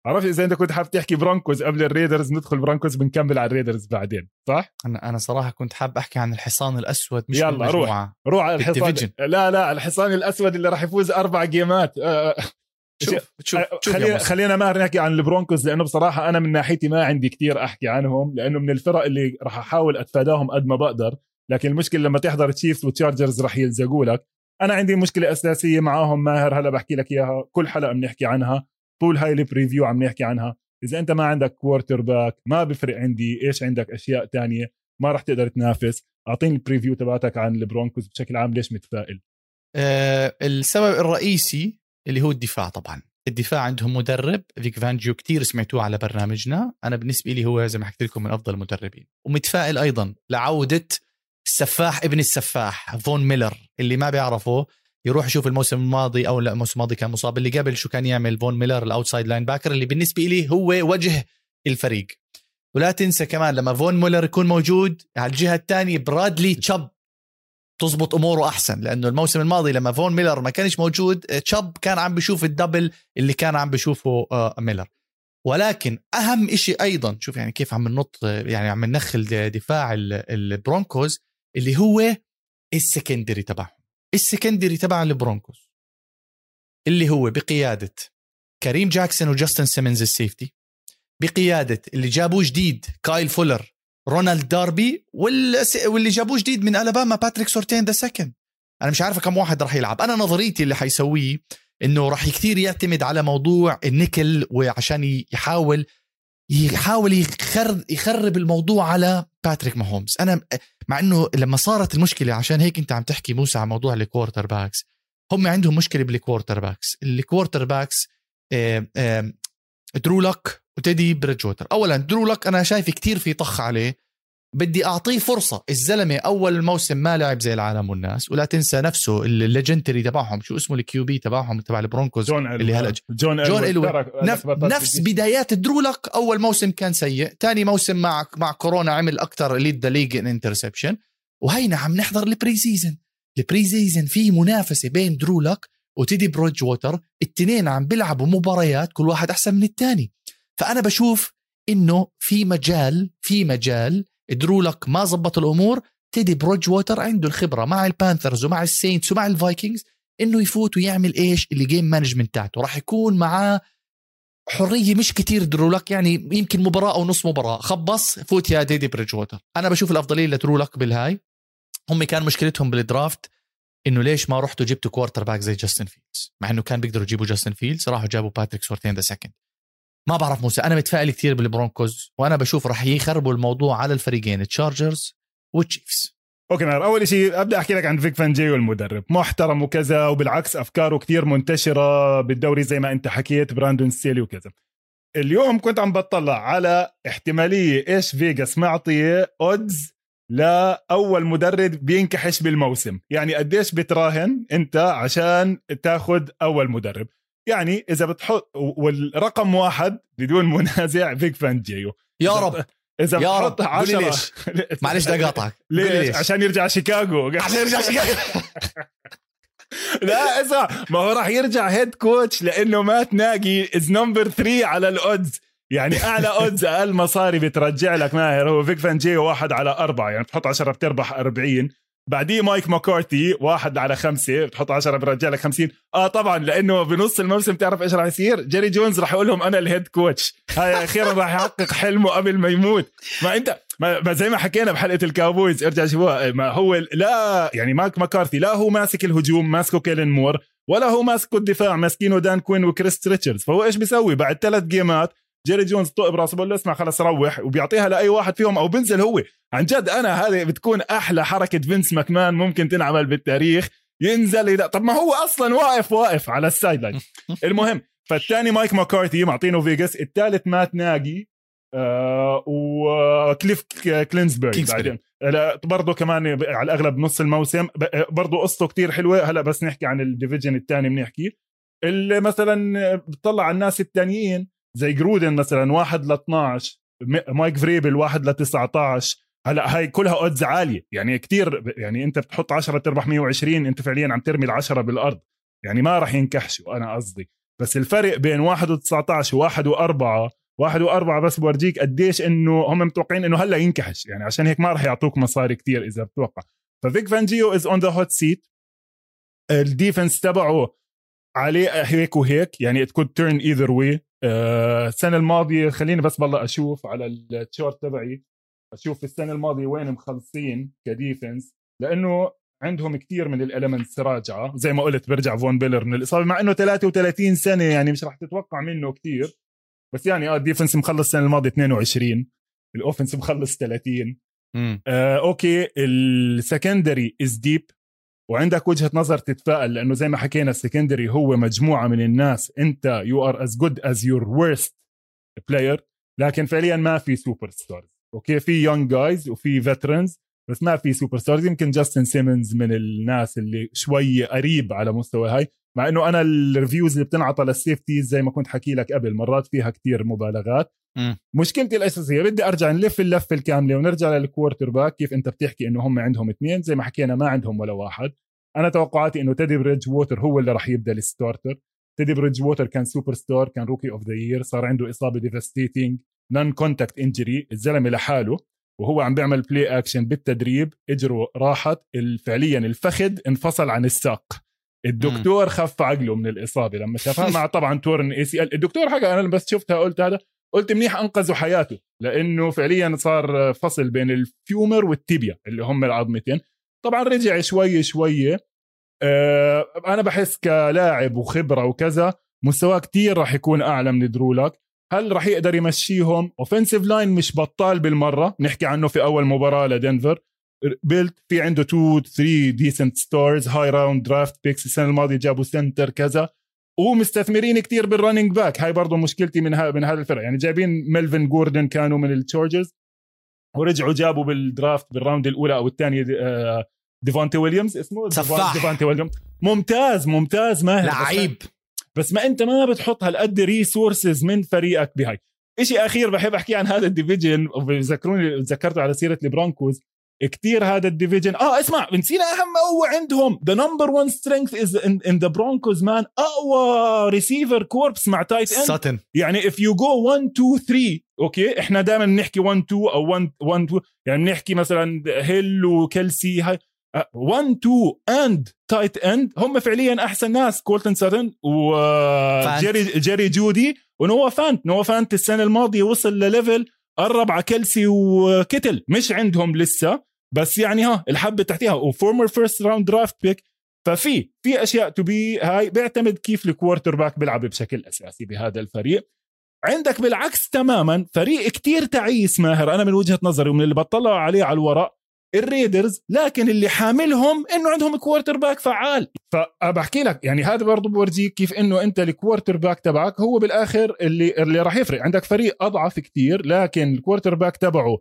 عرفت اذا انت كنت حابب تحكي برونكوز قبل الريدرز ندخل برونكوز بنكمل على الريدرز بعدين صح. انا صراحه كنت حابب احكي عن الحصان الاسود مش يلا روح على الحصان. لا الحصان الاسود اللي راح يفوز 4 جيمات. شوف خلينا ما نحكي عن البرونكوز لانه بصراحه انا من ناحيتي ما عندي كتير احكي عنهم لانه من الفرق اللي راح احاول اتفاداهم قد ما بقدر. لكن المشكله لما تحضر تشيفز وتشارجرز راح يلزقوا لك. انا عندي مشكله اساسيه معاهم ماهر هلا بحكي لك اياها كل حلقه بنحكي عنها طول هاي البريفيو عم نحكي عنها. اذا انت ما عندك كوارتر باك ما بفرق عندي ايش عندك اشياء تانية ما راح تقدر تنافس. اعطيني البريفيو تبعتك عن البرونكوز بشكل عام ليش متفائل. السبب الرئيسي اللي هو الدفاع. طبعا الدفاع عندهم مدرب فيك فانجيو كتير سمعتوه على برنامجنا. انا بالنسبه لي هو زي ما حكيت لكم من افضل المدربين. ومتفائل ايضا لعوده السفاح ابن السفاح فون ميلر. اللي ما بيعرفه يروح يشوف الموسم الماضي او لا الموسم الماضي كان مصاب. اللي قبل شو كان يعمل فون ميلر الاوتسايد لاين باكر اللي بالنسبه لي هو وجه الفريق. ولا تنسى كمان لما فون ميلر يكون موجود على الجهه الثانيه برادلي تشاب تزبط اموره احسن. لانه الموسم الماضي لما فون ميلر ما كانش موجود تشاب كان عم بيشوف الدبل اللي كان عم بيشوفه ميلر. ولكن اهم إشي ايضا شوف يعني كيف عم ننط يعني عم ندخل دفاع البرونكوز اللي هو السكندري تبعهم. السكندري تبع البرونكوز اللي هو بقيادة كريم جاكسون وجاستن سيمنز السيفتي. بقيادة اللي جابوه جديد كايل فولر رونالد داربي واللي جابوه جديد من ألاباما باتريك سورتين دا سكند. أنا مش عارفة كم واحد رح يلعب. أنا نظريتي اللي حيسويه إنه رح كثير يعتمد على موضوع النيكل وعشان يحاول يخرب الموضوع على باتريك ماهومز. أنا مع إنه لما صارت المشكلة عشان هيك أنت عم تحكي موسى عن موضوع الكوارتر باكس. هم عندهم مشكلة بالكوارتر باكس. الكوارتر باكس درو لوك وتيدي بريدجوتر. أولا درو لوك أنا شايف كتير في طخ عليه. بدي أعطيه فرصة. الزلمة أول موسم ما لعب زي العالم والناس. ولا تنسى نفسه الليجندري تبعهم شو اسمه الكيوبي تبعهم تبع البرونكوز اللي هلا جون إلوي نفس بدايات درو لوك. أول موسم كان سيء. تاني موسم مع كورونا عمل أكتر ليد ذا ليج ان انترسبشن. وهينا عم نحضر البري سيزن في منافسة بين درو لوك وتيدي بريدجوتر. التنين عم بيلعبوا مباريات كل واحد أحسن من التاني. فأنا بشوف إنه في مجال درو لوك ما زبط الأمور. تيدي بريدجوتر عنده الخبرة مع البانثرز ومع السينتس ومع الفايكنجز إنه يفوت ويعمل إيش اللي جيم مانجمنت تاعته. راح يكون معاه حرية مش كتير درو لوك يعني يمكن مباراة أو نص مباراة خبص فوت يا تيدي بريدجوتر. أنا بشوف الأفضلية لدرو لوك بالهاي. هم كان مشكلتهم بالدرافت إنه ليش ما رحتوا جبتوا كوارتر باك زي جاستن فيلدز مع إنه كان بيقدروا يجيبوا جاستن فيلدز. راحوا جابوا باتريك سورتين دا سكند. ما بعرف موسى أنا متفائل كتير بالبرونكوز وأنا بشوف رح يخربوا الموضوع على الفريقين التشارجرز والتشيفز. اوكي نار. اول شيء ابدا احكي لك عن فيك فانجيو المدرب محترم وكذا وبالعكس افكاره كتير منتشره بالدوري زي ما انت حكيت براندون ستيلي وكذا. اليوم كنت عم بطلع على احتماليه ايش فيغاس معطيه اودز لاول مدرب بينكحش بالموسم. يعني قديش بتراهن انت عشان تاخد اول مدرب. يعني اذا بتحط والرقم 1 بدون منازع فيك فانجيو. يا رب إذا بحط 10 معلش ده قاطعك. ليش؟ عشان يرجع شيكاغو. لا اسمع ما هو راح يرجع هيد كوتش لأنه ما تناقي is number 3 على الأودز. يعني أعلى أودز أقل مصاري بترجع لك ماهر هو فيك فانجيو 1/4. يعني بتحط 10 بتربح 40. بعديه مايك ماكارتي 1/5 بتحط 10 برجع لك 50. طبعا لانه بنص الموسم تعرف ايش راح يصير. جيري جونز راح يقول لهم انا الهيد كوتش. هاي اخيرا راح يحقق حلمه قبل ما يموت. ما انت ما زي ما حكينا بحلقه الكاوبويز ارجع شوفوها. ما هو لا يعني مايك ماكارتي لا هو ماسك الهجوم ماسكه كيلن مور ولا هو ماسكه الدفاع ماسكينه دان كوين وكريس ريتشاردز. فهو ايش بيسوي بعد 3 جيمات جيري جونز طق براسه بقول له اسمع خلص روح وبيعطيها لأي واحد فيهم أو بنزل هو. عن جد أنا هذه بتكون أحلى حركة فينس ماكمان ممكن تنعمل بالتاريخ. ينزل طب ما هو أصلا واقف على السايد لاين. المهم فالتاني مايك ماكارتي معطينه فيغاس. الثالث مات ناجي وكليف كلينزبرغ بعدين برضو كمان على الأغلب نص الموسم. برضو قصته كتير حلوة. هلأ بس نحكي عن الديفيجن الثاني بنحكي اللي مثلا بتطلع على الناس التانيين زي جرودن مثلا 1/12. مايك فريبل 1/19. هلا هاي كلها اودز عاليه يعني كتير. يعني انت بتحط 10 تربح 120 انت فعليا عم ترمي ال10 بالارض. يعني ما راح ينكحشوا. انا قصدي بس الفرق بين 1-19 و1-4 بس بورجيك قديش انه هم متوقعين انه هلا ينكحش يعني، عشان هيك ما راح يعطوك مصاري كتير اذا بتوقع. ففيك فانجيو از اون ذا هوت سيت. الديفنس تبعه عليه هيك وهيك يعني it could turn either way. السنة الماضية خليني بس بالله أشوف على التشارت تبعي، أشوف السنة الماضية وين مخلصين كديفنس، لأنه عندهم كتير من الاليمنتس راجعة. زي ما قلت برجع فون بيلر من الإصابة مع أنه 33 سنة يعني مش راح تتوقع منه كتير، بس يعني الديفنس مخلص السنة الماضية 22، الأوفنس مخلص 30. أوكي السكندري is deep، وعندك وجهة نظر تتفائل لأنه زي ما حكينا السكندري هو مجموعة من الناس أنت you are as good as your worst player، لكن فعليا ما في سوبر ستارز. أوكي في young guys وفي veterans بس ما في سوبر ستارز. يمكن جاستن سيمنز من الناس اللي شوي قريب على مستوى هاي، مع أنه أنا الريفيوز اللي بتنعطى للسيفتيز زي ما كنت حكي لك قبل مرات فيها كتير مبالغات. مشكلتي الأساسية بدي أرجع نلف اللفة الكاملة ونرجع للكوارتر باك. كيف أنت بتحكي إنه هم عندهم 2 زي ما حكينا ما عندهم ولا واحد. أنا توقعاتي إنه تيدي بريدج ووتر هو اللي راح يبدأ الستارتر. تيدي بريدج ووتر كان سوبر ستار، كان روكي أوف ذا يير، صار عنده إصابة ديفاستيتينج نون كونتاكت إنجري، الزلمة لحاله وهو عم بيعمل بلاي أكشن بالتدريب إجره راحت فعليا الفخذ انفصل عن الساق. الدكتور خف عقله من الإصابة لما شافها مع طبعا تورن ACL. الدكتور حاجة أنا بس شفتها قلت منيح أنقذوا حياته، لأنه فعليا صار فصل بين الفيومر والتيبيا اللي هم العظمتين. طبعا رجع شوي أنا بحس كلاعب وخبرة وكذا مستواه كتير راح يكون أعلى من درولك. هل راح يقدر يمشيهم؟ أوفنسيف لاين مش بطال بالمرة، نحكي عنه في أول مباراة لدنفر. بيلت في عنده 2-3 ديسنت ستارز، هاي راوند درافت بيكس، السنة الماضية جابوا سنتر كذا، ومستثمرين كتير بالرننج باك. هاي برضو مشكلتي من هذا الفرق يعني. جايبين ميلفين جوردن كانوا من التشارجرز ورجعوا جابوا بالدرافت بالراوند الأولى أو الثانية ديفونتي ويليامز، اسمه ديفونتي ويليامز، ممتاز ماهر لعيب. بس ما انت ما بتحط هالقد ريسورسز من فريقك بهاي. إشي أخير بحب أحكي عن هذا الديفيجن، وذكروني ذكرته على سيرة البرونكوز كتير هذا الديفيجن. اسمع نسينا أهم قوة عندهم، the number one strength is in the Broncos man، أقوى ريسيفر كوربس مع تايت اند ساتن. يعني if you go 1-2-3 اوكي احنا دائما نحكي 1-2 او 1-2 يعني نحكي مثلا هيل وكيلسي هاي 1-2 and tight end هم فعليا احسن ناس. كولتن ساتن وجيري جودي ونوا فانت السنه الماضيه وصل لليفل قرب على كيلسي وكيتل، مش عندهم لسه بس يعني الحبه تحتيها وفورمر فيرست راوند درافت بيك. ففي اشياء تبي هاي بيعتمد كيف الكوارتر باك بيلعب بشكل اساسي بهذا الفريق. عندك بالعكس تماما فريق كتير تعيس ماهر انا من وجهه نظري ومن اللي بطلع عليه على الورق الريدرز، لكن اللي حاملهم انه عندهم كوارتر باك فعال. فبحكي لك يعني هذا برضو بورجيك كيف انه انت الكوارتر باك تبعك هو بالاخر اللي راح يفرق. عندك فريق اضعف كتير لكن الكوارتر باك تبعه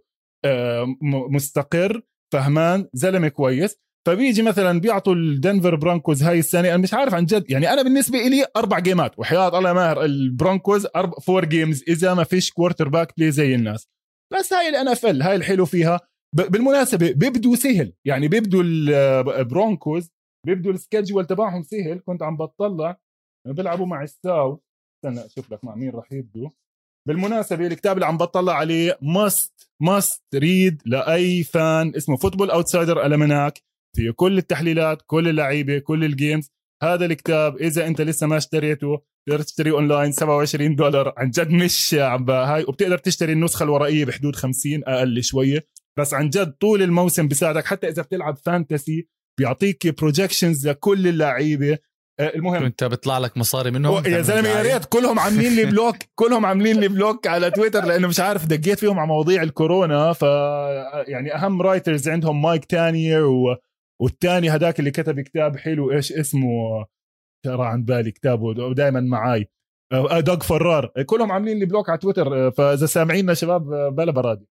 مستقر فهمان زلمه كويس. فبيجي مثلا بيعطوا الدنفر برونكوز هاي السنه انا مش عارف عن جد يعني انا بالنسبه لي 4 جيمات وحياة الله ماهر البرونكوز 4 جيمز اذا ما فيش كوارتر باك بلاي زي الناس. بس هاي الNFL هاي الحلو فيها. بالمناسبة بيبدوا سهل يعني بيبدوا البرونكوز بيبدوا السكيدجول تبعهم سهل. كنت عم بطلع بيلعبوا مع الساو، استنى اشوف لك مع مين راح يبدوا. بالمناسبة الكتاب اللي عم بطلع عليه must read لأي فان اسمه فوتبول اوتسايدر ألمناك، فيه كل التحليلات كل اللعيبة كل الجيمز. هذا الكتاب إذا أنت لسه ما اشتريته تقدر تشتري أونلاين $27 عن جد مش عم هاي، وبتقدر تشتري النسخة الورقية بحدود 50 أقل شوية. بس عن جد طول الموسم بيساعدك حتى إذا بتلعب فانتسي بيعطيك بروجكشنز لكل اللعيبة. المهم انت بيطلع لك مصاري منهم يا زلمه يا ريت كلهم عاملين لي بلوك كلهم عاملين لي بلوك على تويتر لانه مش عارف دقيت فيهم على مواضيع الكورونا. ف يعني اهم رايترز عندهم مايك تانير والتاني هداك اللي كتب كتاب حلو ايش اسمه ترى عن بالي كتابه دائما معاي دوغ فرار، كلهم عاملين لي بلوك على تويتر. فاذا سامعيننا شباب بلا برادي.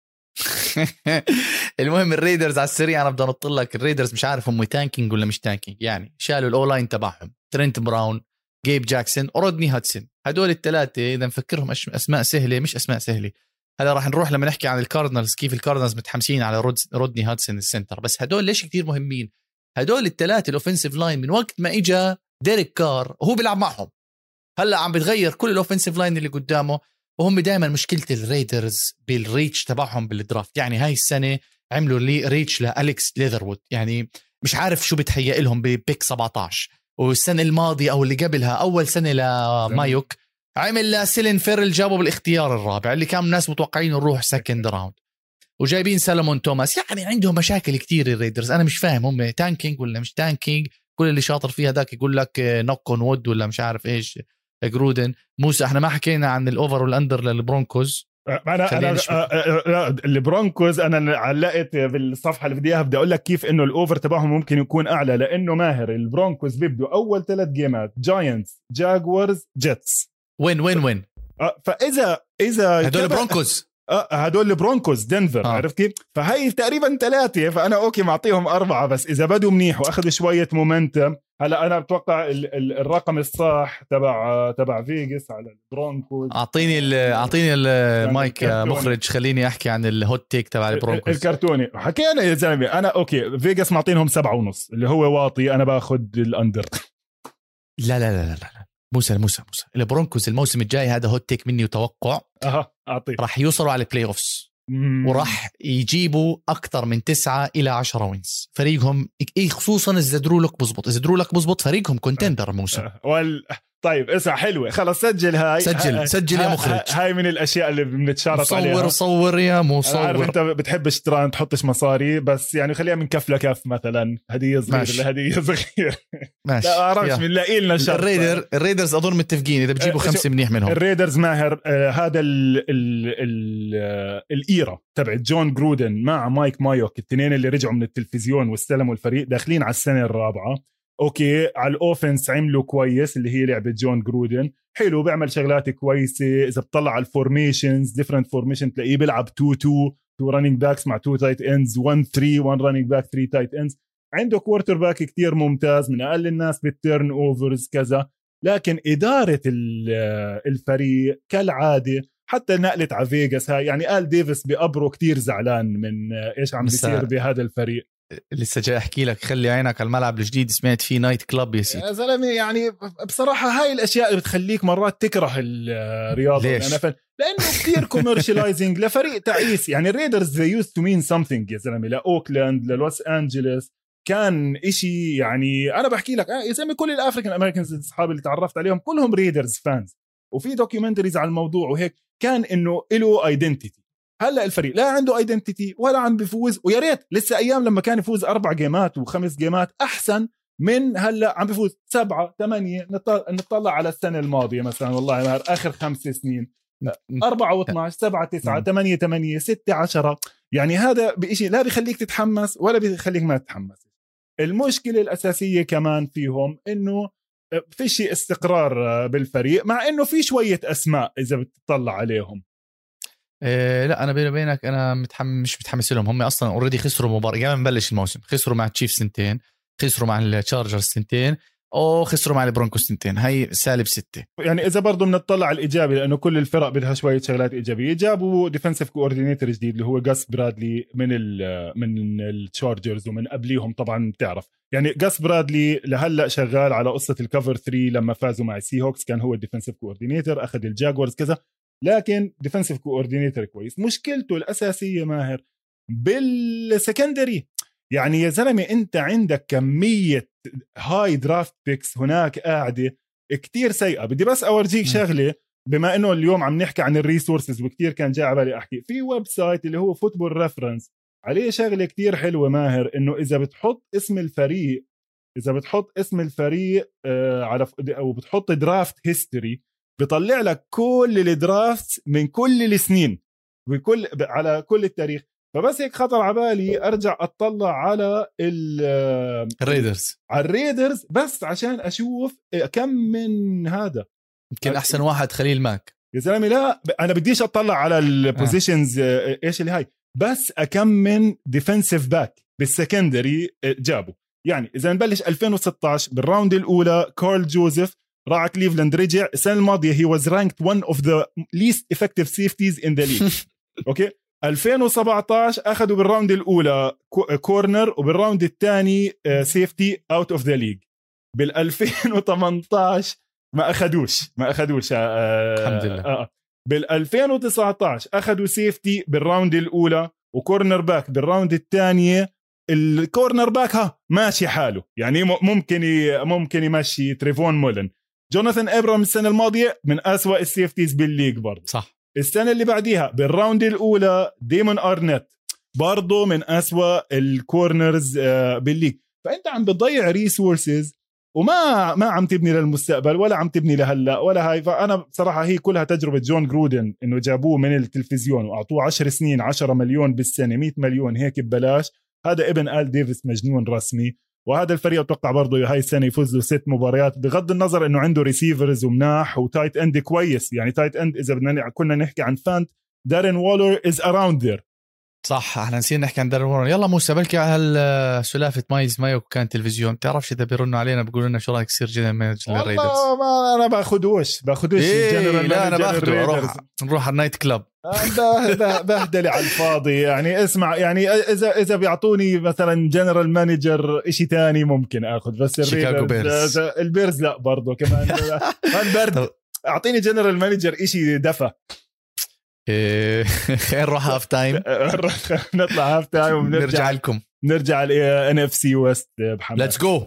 المهم الريدرز على السريع انا بدي انط لك. الريدرز مش عارف هم تانكينج ولا مش تانكينج، يعني شالوا الاولاين تبعهم ترينت براون جيب جاكسون ورودني هاتسون. هدول الثلاثه اذا نفكرهم اسماء سهله مش اسماء سهله. هلا راح نروح لما نحكي عن الكاردينالز كيف الكاردينالز متحمسين على رودني هاتسون السنتر. بس هدول ليش كتير مهمين؟ هدول الثلاثه الاوفنسيف لاين من وقت ما اجى ديريك كار وهو بيلعب معهم هلا عم بتغير كل الاوفنسيف لاين اللي قدامه. وهم دائما مشكله الريدرز بالريتش تبعهم بالدرافت. يعني هاي السنه عملوا لي ريتش لأليكس ليذروود، يعني مش عارف شو بتهيأ لهم ببيك 17. والسنه الماضيه او اللي قبلها اول سنه لمايوك عمل لسيلين فيرل جابه بالاختيار الرابع اللي كان الناس متوقعين نروح سكند راوند. وجايبين سالمون توماس. يعني عندهم مشاكل كتير الريدرز. انا مش فاهم هم تانكينج ولا مش تانكينج. كل اللي شاطر فيها داك يقول لك نوك اون وود ولا مش عارف ايش. جرودن موسى احنا ما حكينا عن الاوفر والاندر للبرونكوز. انا البرونكوز انا علقت بالصفحه اللي بدي اياها بدي اقول لك كيف انه الاوفر تبعهم ممكن يكون اعلى. لانه ماهر البرونكوز بيبدوا اول 3 جيمات جاينتس جاكورز جيتس وين فاذا هدول البرونكوز هدول البرونكوز دنفر عرفت كيف. فهي تقريبا 3 فانا اوكي معطيهم 4 بس اذا بدوا منيح واخذوا شويه مومنتم. هلا انا بتوقع الرقم الصح تبع فيغاس على البرونكوز. اعطيني المايك يا مخرج خليني احكي عن الهوت تيك تبع البرونكوز الكرتوني. حكينا يا زلمه انا اوكي فيغاس معطينهم 7.5 اللي هو واطي. انا باخذ الاندر. لا موسى البرونكوز الموسم الجاي هذا هوت تيك مني وتوقع اعطي راح يوصلوا على البلاي اوفز وراح يجيبوا أكتر من 9 إلى 10 وينز. فريقهم خصوصا الزدرولك بزبط فريقهم كونتندر موسى. طيب اسمع حلوة خلاص سجل هاي سجل يا مخرج. هاي من الأشياء اللي بنتشارط عليها. صور يا مصور. عارف أنت بتحبش تحطش مصاري بس يعني خليها من كف لكف مثلا هدية صغير ماشي. لا أعرفش بنلاقي لنا شرط. الريدرز أظن متفقين إذا بتجيبوا 5 منيح منهم. الريدرز ماهر هذا الإيرا تبع جون جرودن مع مايك مايوك الاثنين اللي رجعوا من التلفزيون واستلموا الفريق داخلين على السنة الرابعة. اوكي على الاوفنس عملوا كويس اللي هي لعبه جون جرودن حلو بيعمل شغلات كويسه. اذا بتطلع على الفورميشنز ديفرنت فورميشن تلاقيه بيلعب 2 رانينج باكس مع 2 تايت اندز 1 رانينج باك 3 تايت اندز. عنده كوارتر باك كتير ممتاز من اقل الناس بالتيرن اوفرز كذا. لكن اداره الفريق كالعاده حتى نقلت على فيغاس هاي. يعني قال ديفيس بأبرو كتير زعلان من ايش عم بيصير بهذا الفريق. لسه جاي احكي لك خلي عينك على الملعب الجديد سمعت فيه نايت كلاب يا سيدي. يا زلمه يعني بصراحه هاي الاشياء اللي بتخليك مرات تكره الرياضه. لانه كثير كوميرشلايزنج لفريق تعيس. يعني الريدرز they used to mean something يا زلمه لاوكلاند للوس انجلوس كان إشي. يعني انا بحكي لك يا زلمه كل الافريكان امريكانز اصحابي اللي تعرفت عليهم كلهم ريدرز فانز وفي دوكيومنتريز على الموضوع وهيك. كان انه له ايدنتيتي. هلا الفريق لا عنده ايدنتيتي ولا عم بيفوز. ويا ريت لسه ايام لما كان يفوز 4 جيمات و5 جيمات احسن من هلا عم بيفوز 7 8. نطلع على السنه الماضيه مثلا والله اخر 5 سنين 4 و12 7 9 8 8 6 10. يعني هذا بشيء لا بيخليك تتحمس ولا بيخليك ما تتحمس. المشكله الاساسيه كمان فيهم انه في شيء استقرار بالفريق مع انه في شويه اسماء اذا بتطلع عليهم. لا انا بيني وبينك انا مش متحمس لهم. هم اصلا اوريدي خسروا مباراه قبل ما نبلش الموسم. خسروا مع التشيفز 2 خسروا مع التشارجرز 2 او خسروا مع البرونكوس 2. هي -6. يعني اذا برضو بنطلع على الايجابي لانه كل الفرق بدها شويه شغلات ايجابيه. جابوا ديفنسيف كوردينيتور جديد اللي هو جاس برادلي من التشارجرز ومن قبليهم طبعا بتعرف. يعني جاس برادلي لهلا شغال على قصه الكفر 3 لما فازوا مع السي هوكس كان هو الديفنسيف كوردينيتور اخذ الجاكورز كذا. لكن ديفنسيف كوردينيتور كويس. مشكلته الأساسية ماهر بالسكندري. يعني يا زلمة أنت عندك كمية هاي درافت بيكس هناك قاعدة كتير سيئة. بدي بس أورجيك شغلة بما أنه اليوم عم نحكي عن الريسورسز وكتير كان جاء علي أحكي في ويب سايت اللي هو فوتبول ريفرنس عليه شغلة كتير حلوة ماهر. إنه إذا بتحط اسم الفريق على أو بتحط درافت هيستوري بيطلع لك كل الدرافت من كل السنين على كل التاريخ. فبس هيك خطر على بالي ارجع اطلع على الريدرز بس عشان اشوف كم من هذا. يمكن احسن واحد خليل ماك يا زلمه. لا انا بديش اطلع على البوزيشنز ايش اللي هاي بس كم من ديفنسيف باك بالسكندري جابوا. يعني اذا نبلش 2016 بالراوند الاولى كارل جوزيف راح كليفلاند رجع. السنة الماضية he was ranked one of the least effective safeties in the league. أوكي 2017 أخذوا بالراوند الأولى كورنر وبالراوند الثاني safety out of the league. بال2018 ما اخذوش الحمد لله. بال 2019 اخذوا سيفتي بالراوند الاولى وكورنر باك بالراوند الثانيه. الكورنر باك ماشي حاله يعني ممكن يمشي تريفون مولن. جوناثان ابرام السنه الماضيه من أسوأ السيفتيز بالليج برضه. صح. السنه اللي بعديها بالراوند الاولى ديمون ارنت برضه من أسوأ الكورنرز بالليج. فانت عم بتضيع ريسورسز وما عم تبني للمستقبل ولا عم تبني لهلا ولا هاي. فانا بصراحه هي كلها تجربه جون جرودن انه جابوه من التلفزيون واعطوه 10 سنين 10 مليون بالسنه 100 مليون هيك ببلاش. هذا ابن آل ديفيس مجنون رسمي. وهذا الفريق اتوقع برضه هاي السنه يفوز له 6 مباريات بغض النظر انه عنده ريسيفرز ومناح وتايت اند كويس. يعني تايت اند اذا بدنا كنا نحكي عن فانت دارين وولر از اراوند ذير. صح. احنا نسينا نحكي عن دارين وولر. يلا موسى بلكي على هالسلافه مايز مايو كان تلفزيون. بتعرفش اذا بيرنوا علينا بيقولوا لنا شو رايك تصير جنرال مانجر للريدرز؟ والله انا باخذوش إيه لا انا باخذه نروح على النايت كلاب. بهدلي على الفاضي. يعني اسمع يعني اذا بيعطوني مثلا جنرال مانجر اشي تاني ممكن اخذ. بس البيرز لا برضه كمان برد. اعطيني جنرال مانجر اشي دفى. خير نروح هاف تايم. نطلع هاف تايم ونرجع لكم. نرجع على NFC ويست بحمد. ليتس جو.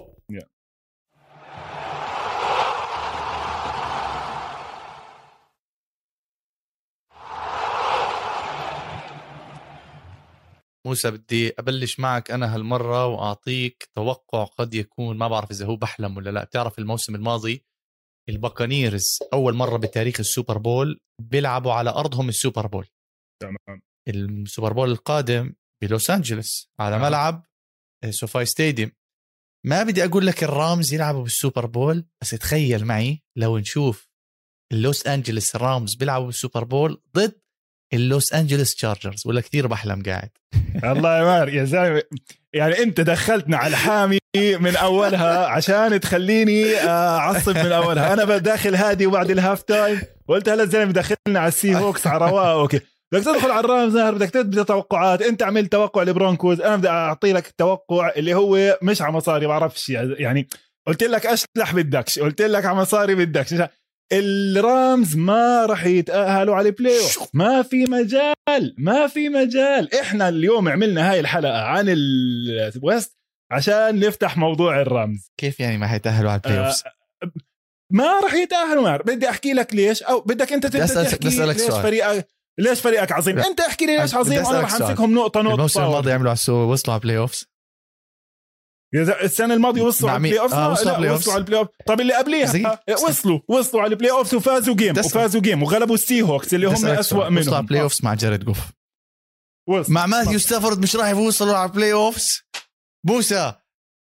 موسى بدي أبلش معك أنا هالمرة وأعطيك توقع قد يكون ما بعرف إذا هو بحلم ولا لا. بتعرف الموسم الماضي الباكانيرز أول مرة بتاريخ السوبر بول بيلعبوا على أرضهم السوبر بول. تمام. السوبر بول القادم بلوس أنجلس على ملعب سوفاي ستاديوم. ما بدي أقول لك الرامز يلعبوا بالسوبر بول بس تخيل معي لو نشوف اللوس أنجلس رامز بيلعبوا بالسوبر بول ضد اللوس أنجلس تشارجرز. ولا كتير بحلم قاعد. الله يا مار يا زلمة. يعني أنت دخلتنا على الحامي من أولها عشان تخليني أعصب من أولها. أنا بداخل هادي وبعد الهاف تايم قلت هلا الزلمة دخلنا على السي هوكس على رواق. أوكي بدك تدخل على الرامز بدك تبدأ توقعات. أنت عملت توقع لبرونكوز أنا بدي أعطي لك توقع اللي هو مش على مصاري بعرفش. يعني قلت لك أشلح بدكش قلت لك على مصاري بدكش. الرامز ما رح يتأهلوا على البلاي اوف. ما في مجال. احنا اليوم عملنا هاي الحلقة عن الويست عشان نفتح موضوع الرامز. كيف يعني ما هيتأهلوا على البلاي اوف؟ ما رح يتأهلوا. بدي احكي لك ليش او بدك انت تحكي ليش فريقك عظيم. انت احكي لي ليش عظيم وانا رح امسكهم نقطة. الموسم الماضي عملوا وصلوا على البلاي اوف. السنة الماضية وصلوا على البلاي اوف. وصلوا على البلاي اوف. طب اللي قبليها وصلوا على البلاي اوف وفازوا جيم وغلبوا السي هوكس اللي هم أسوأ منهم. وصلوا على البلاي اوف مع جاريد جوف مع ماثيو ستافورد. مش راح يوصلوا على البلاي اوف موسى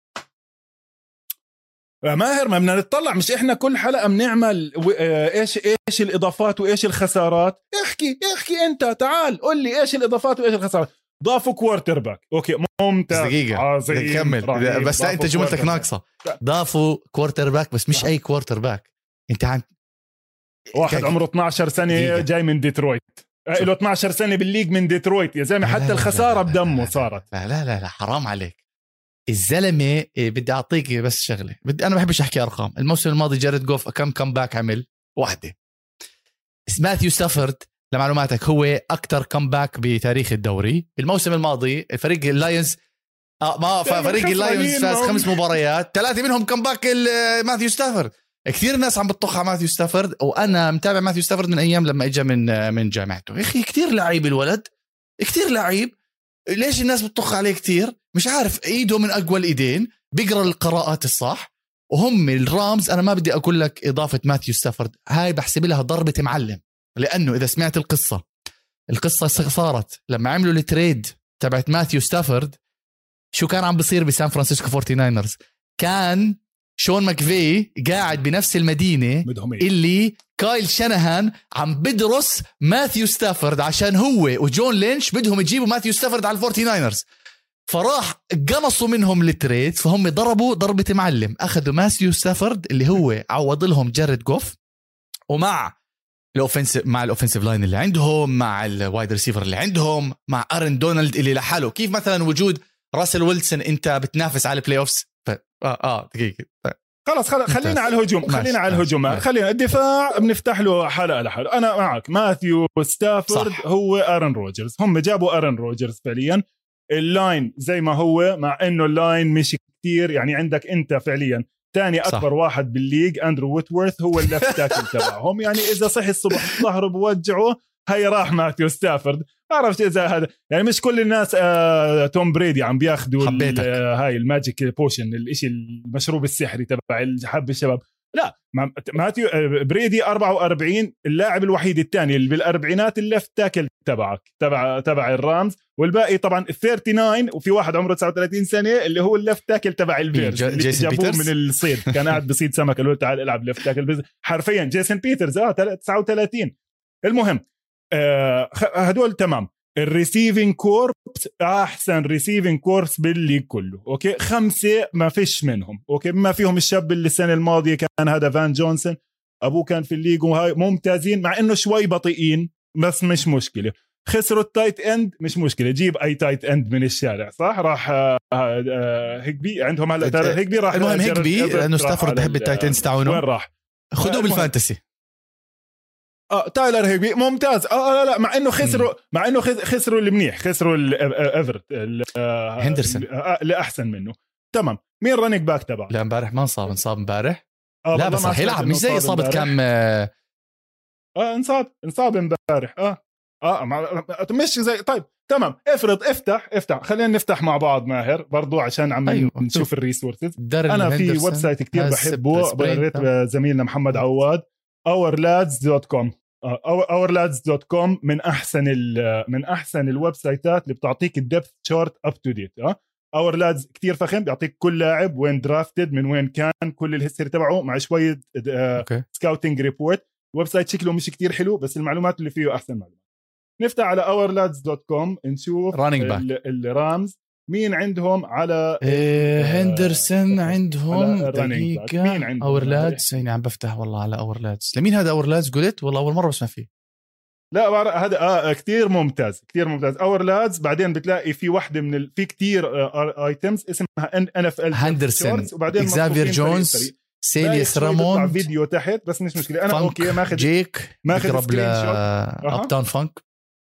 ماهر. ما بدنا نتطلع. مش احنا كل حلقة بنعمل ايش الاضافات وايش الخسارات. احكي انت تعال قول لي ايش الاضافات وايش الخسارات. ضافوا كوارتر باك. اوكي ممتاز دقيقة كمل. بس لا انت جملتك ناقصة. ضافوا كوارتر باك بس مش اي كوارتر باك. انت عن واحد عمره 12 سنة جاي من ديترويت. له 12 سنة بالليج من ديترويت يا زلمة. حتى الخسارة بدمه صارت. لا حرام عليك الزلمة. بدي أعطيك بس شغلة. أنا ما بحبش أحكي أرقام. الموسم الماضي جاريد جوف كم كمباك عمل؟ واحدة. ماثيو ستافورد لمعلوماتك هو أكتر كمباك بتاريخ الدوري. الموسم الماضي فريق اللاينز فريق اللاينز فاز 5 مباريات 3 منهم كمباك ماثيو ستافورد. كثير ناس عم بتطخ على ماثيو ستافورد وأنا متابع ماثيو ستافورد من أيام لما إجا من جامعته. يا أخي كثير لعيب الولد كثير لعيب. ليش الناس بتطخ عليه كتير مش عارف. ايده من اقوى الايدين بيقرا القراءات الصح. وهم الرامز انا ما بدي اقول لك اضافه ماثيو ستافورد هاي بحسب لها ضربه معلم. لانه اذا سمعت القصه صارت لما عملوا التريد تبعت ماثيو ستافورد. شو كان عم بيصير بسان فرانسيسكو 49ers؟ كان شون ماكفي قاعد بنفس المدينة اللي كايل شانهان عم بدرس ماثيو ستافورد عشان هو وجون لينش بدهم يجيبوا ماثيو ستافورد على ال49ers. فراح قنصوا منهم التريد. فهم ضربوا ضربة معلم. أخذوا ماثيو ستافورد اللي هو عوض لهم جاريد جوف ومع الأوفنسيف لاين اللي عندهم مع الوايد ريسيفر اللي عندهم مع أرن دونالد اللي لحاله. كيف مثلا وجود راسل ويلسون انت بتنافس على البلاي اوفز. دقيقة خلاص خلينا على الهجوم. خلينا على الهجوم. خلينا الدفاع بنفتح له حلقة لحاله. أنا معك ماثيو ستافورد هو آرون روجرز. هم جابوا آرون روجرز فعليا. اللاين زي ما هو، مع إنه اللاين مش كتير يعني. عندك أنت فعليا تاني أكبر واحد بالليج أندرو ويتورث هو اللفت تاكل تبعهم. يعني إذا صحي الصبح ظهره بوجعه هي راح ماثيو ستافورد. عرفت إذا هذا يعني مش كل الناس توم بريدي عم بياخدوا هاي الماجيك بوشن، الاشي المشروب السحري تبع الحب الشباب. لا، ماثيو بريدي 44 اللاعب الوحيد الثاني اللي بالأربعينات اللفت تاكل تبعك تبع الرامز، والباقي طبعا 39 وفي واحد عمره 39 سنة اللي هو اللفت تاكل تبع البيرز اللي جابوه من الصيد. كان قاعد بصيد سمك قالوا له تعال العب لفت تاكل حرفيا. جيسون بيترز 39. المهم هدول تمام. الريسيفينج كوربس احسن ريسيفينج كوربس بالليج كله. اوكي 5 ما فيش منهم. اوكي ما فيهم الشاب اللي السنه الماضيه كان هذا فان جونسون، ابوه كان في الليج وهاي ممتازين، مع انه شوي بطيئين بس مش مشكله. خسروا التايت اند مش مشكله، جيب اي تايت اند من الشارع صح. راح هيكبي عندهم هلا هيكبي راح. المهم هيكبي لانه ستافورد بحب التايت اند تاعونه. وين راح؟ خذوه بالفانتسي. تايلر هيجبي ممتاز. لا مع انه خسروا المنيح، خسروا ايفرت هندرسون اللي احسن منه. تمام. مين رانيك باك تبع؟ لا امبارح ما انصاب امبارح. لا بس راح يلعب، مش زي اصابه كم انصاب امبارح. مش زي. طيب تمام. افتح خلينا نفتح مع بعض ماهر برضو عشان عم نشوف الريسورسز. انا في ويب سايت كتير بحبه، قريت زميلنا محمد عواد ourlads.com. ourlads.com من احسن الويب سايتات اللي بتعطيك الدبث شورت اب تو ديت. ourlads كتير فخم، بيعطيك كل لاعب وين درافتد، من وين كان، كل الهيستوري تبعه مع شويه سكاوتنج ريبورت. الويب سايت شكله مش كتير حلو بس المعلومات اللي فيه احسن معلومات. نفتح على ourlads.com نشوف الرامز مين عندهم على هندرسون عندهم دقيقة. مين عندهم اورلادز؟ يعني عم بفتح والله على اورلادز. لمين هذا اورلادز؟ قلت والله أول مرة بسمع فيه. لا هذا كتير ممتاز اورلادز. بعدين بتلاقي في واحدة من في كتير ايتمز اسمها NFL هندرسون، إكزافير جونز، سيليس رامون. فيديو تحت بس مش مشكلة. أنا أوكي ماخذ جيك ماخذ سكرين شوت أبتاون فانك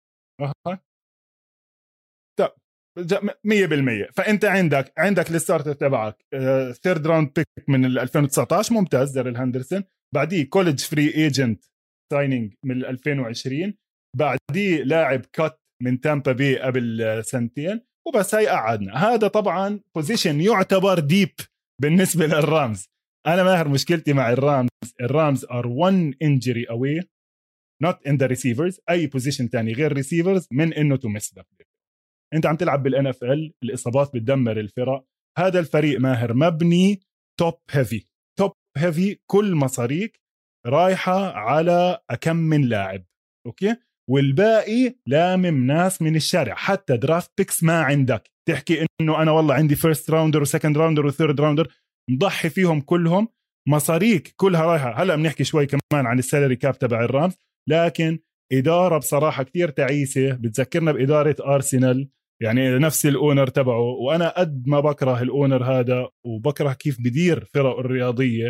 100%. فانت عندك الستارتر تبعك ثيرد راوند بيك من 2019 ممتاز داريل هندرسون. بعديه كوليدج فري ايجنت سايننج من 2020. بعديه لاعب كات من تامبا بي قبل سنتين. وبس هاي قعدنا. هذا طبعا بوزيشن يعتبر ديب بالنسبه للرامز. انا ماهر مشكلتي مع الرامز are one injury away not in the receivers. اي بوزيشن تاني غير ريسيفرز من انه تمس ذا. انت عم تلعب بالان اف ال، الاصابات بتدمر الفرق. هذا الفريق ماهر مبني توب هيفي، كل مصاريك رايحه على كم من لاعب. اوكي، والباقي لامم ناس من الشارع. حتى درافت بيكس ما عندك تحكي انه انا والله عندي فيرست راوندر وسكند راوندر وثيرد راوندر مضحي فيهم كلهم. مصاريك كلها رايحه. هلا بنحكي شوي كمان عن السالري كاب تبع الرامز، لكن إدارة بصراحة كتير تعيسة. بتذكرنا بإدارة أرسنال، يعني نفس الأونر تبعه. وأنا قد ما بكره الأونر هذا وبكره كيف بدير فرق الرياضية،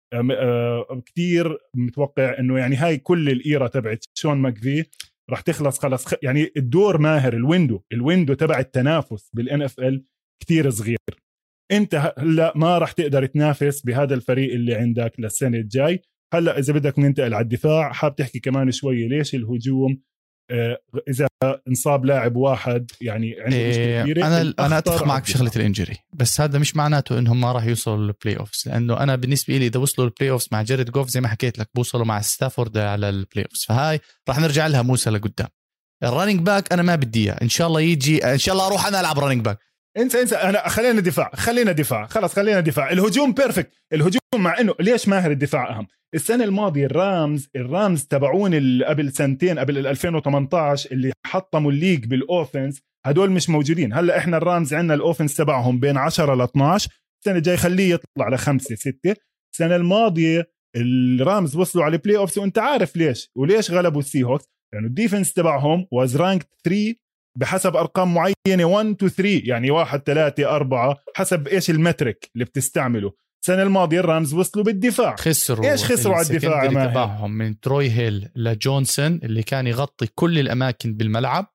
كتير متوقع أنه يعني هاي كل الإيرة تبعت شون ماكفي رح تخلص خلص. يعني الدور ماهر الويندو تبع التنافس بالان اف ال كتير صغير. انت هلا ما رح تقدر تنافس بهذا الفريق اللي عندك للسنة الجاي. هلا اذا بدك ننتقل على الدفاع، حاب تحكي كمان شويه ليش الهجوم اذا انصاب لاعب واحد يعني عنده مشكله كبيره. انا اتفق معك بشغله الانجري، بس هذا مش معناته انهم ما راح يوصلوا للبلاي اوفز، لانه انا بالنسبه لي اذا وصلوا للبلاي اوفز مع جيريد جوف زي ما حكيت لك بوصلوا مع ستافورد على البلاي اوفز، فهاي راح نرجع لها موسى لقدام. الرننج باك انا ما بدي اياه، ان شاء الله يجي، ان شاء الله اروح انا العب رننج باك. انسى انا خلينا دفاع خلاص. خلينا دفاع. الهجوم بيرفكت الهجوم، مع انه ليش ماهر الدفاع اهم. السنه الماضيه الرامز تبعون قبل سنتين، قبل 2018 اللي حطموا الليج بالاوفنس، هدول مش موجودين. هلا احنا الرامز عندنا الاوفنس تبعهم بين 10 ل 12. السنه الجاي خليه يطلع ل5-6. السنه الماضيه الرامز وصلوا على البلاي اوفس، وانت عارف ليش غلبوا السي هوكس، لانه يعني الديفنس تبعهم واز رانكد 3 بحسب أرقام معينة 1 to 3، يعني 1 3 4 حسب إيش المترك اللي بتستعمله. السنة الماضية الرامز وصلوا بالدفاع، خسروا. ايش خسروا على الدفاع تبعهم من تروي هيل لجونسون اللي كان يغطي كل الأماكن بالملعب،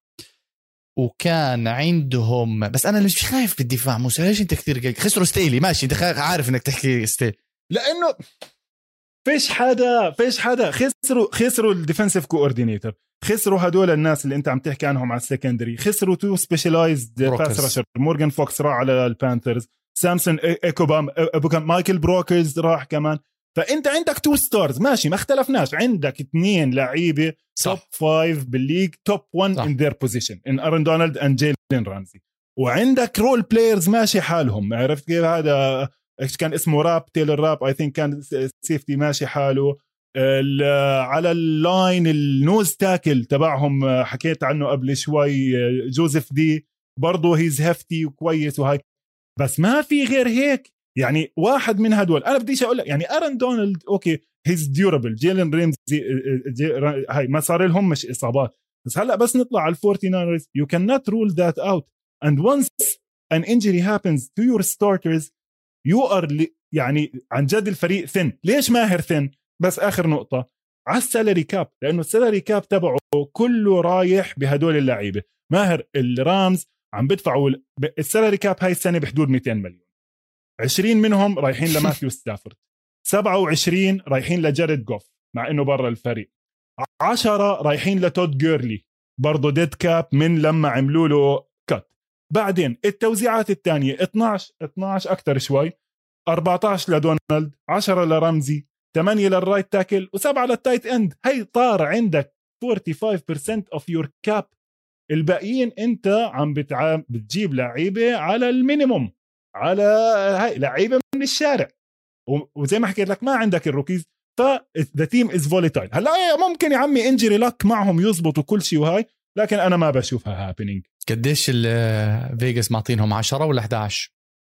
وكان عندهم بس أنا مش خايف بالدفاع. موسى ليش أنت كثير قلق؟ خسروا ستيلي، ماشي أنت عارف إنك تحكي ستيلي لأنه فيش حدا خسروا الديفنسيف كوردينيتور، خسروا هدول الناس اللي انت عم تحكي عنهم على السكندري، خسروا تو سبيشالايزد باس راشر. مورغان فوكس راح على البانثرز، سامسون ايكوبام، مايكل بروكرز راح كمان. فانت عندك تو ستارز ماشي، ما اختلفناش، عندك 2 لعيبه توب 5 بالليج، توب 1 ان ذير بوزيشن ان ارون دونالد اند جيلين رامزي، وعندك رول بلايرز ماشي حالهم. عرفت كيف؟ هذا كان اسمه راب، تيلر راب اي ثينك، كان سيفتي ماشي حاله. على اللاين النوز تاكل تبعهم حكيت عنه قبل شوي، جوزيف دي برضه هيز هفتي وكويس وهاي، بس ما في غير هيك. يعني واحد من هدول انا بديش اقول لك، يعني ارن دونالد اوكي هيز ديورابل، جيلين ريمزي هاي ما صار لهم مش اصابات، بس هلا بس نطلع على ال49ers you cannot rule that out and once an injury happens to your starters you are يعني عن جد الفريق ثن. ليش ماهر ثن؟ بس آخر نقطة على السالري كاب، لأنه السالري كاب تبعه كله رايح بهدول اللعيبة. ماهر الرامز عم بدفعوا السالري كاب هاي السنة بحدود 200 مليون، 20 منهم رايحين لماثيو ستافورد، 27 رايحين لجاريد جوف مع إنه برا الفريق، 10 رايحين لتود جيرلي برضو ديد كاب من لما عملوا له كات. بعدين التوزيعات الثانية 12 أكتر شوي، 14 لدونالد، 10 لرمزي، 8 للرايت تاكل، و7 للتايت اند. هي طار عندك 45% of your cap. الباقيين انت عم بتجيب لعيبه على المينيموم، على هاي لعيبه من الشارع، وزي ما حكيت لك ما عندك الروكيز. ف the team is volatile. هلا ممكن يا عمي انجري لك معهم يزبطوا كل شيء وهاي، لكن انا ما بشوفها هابينينج. قديش الفيغاس معطينهم 10 ولا 11؟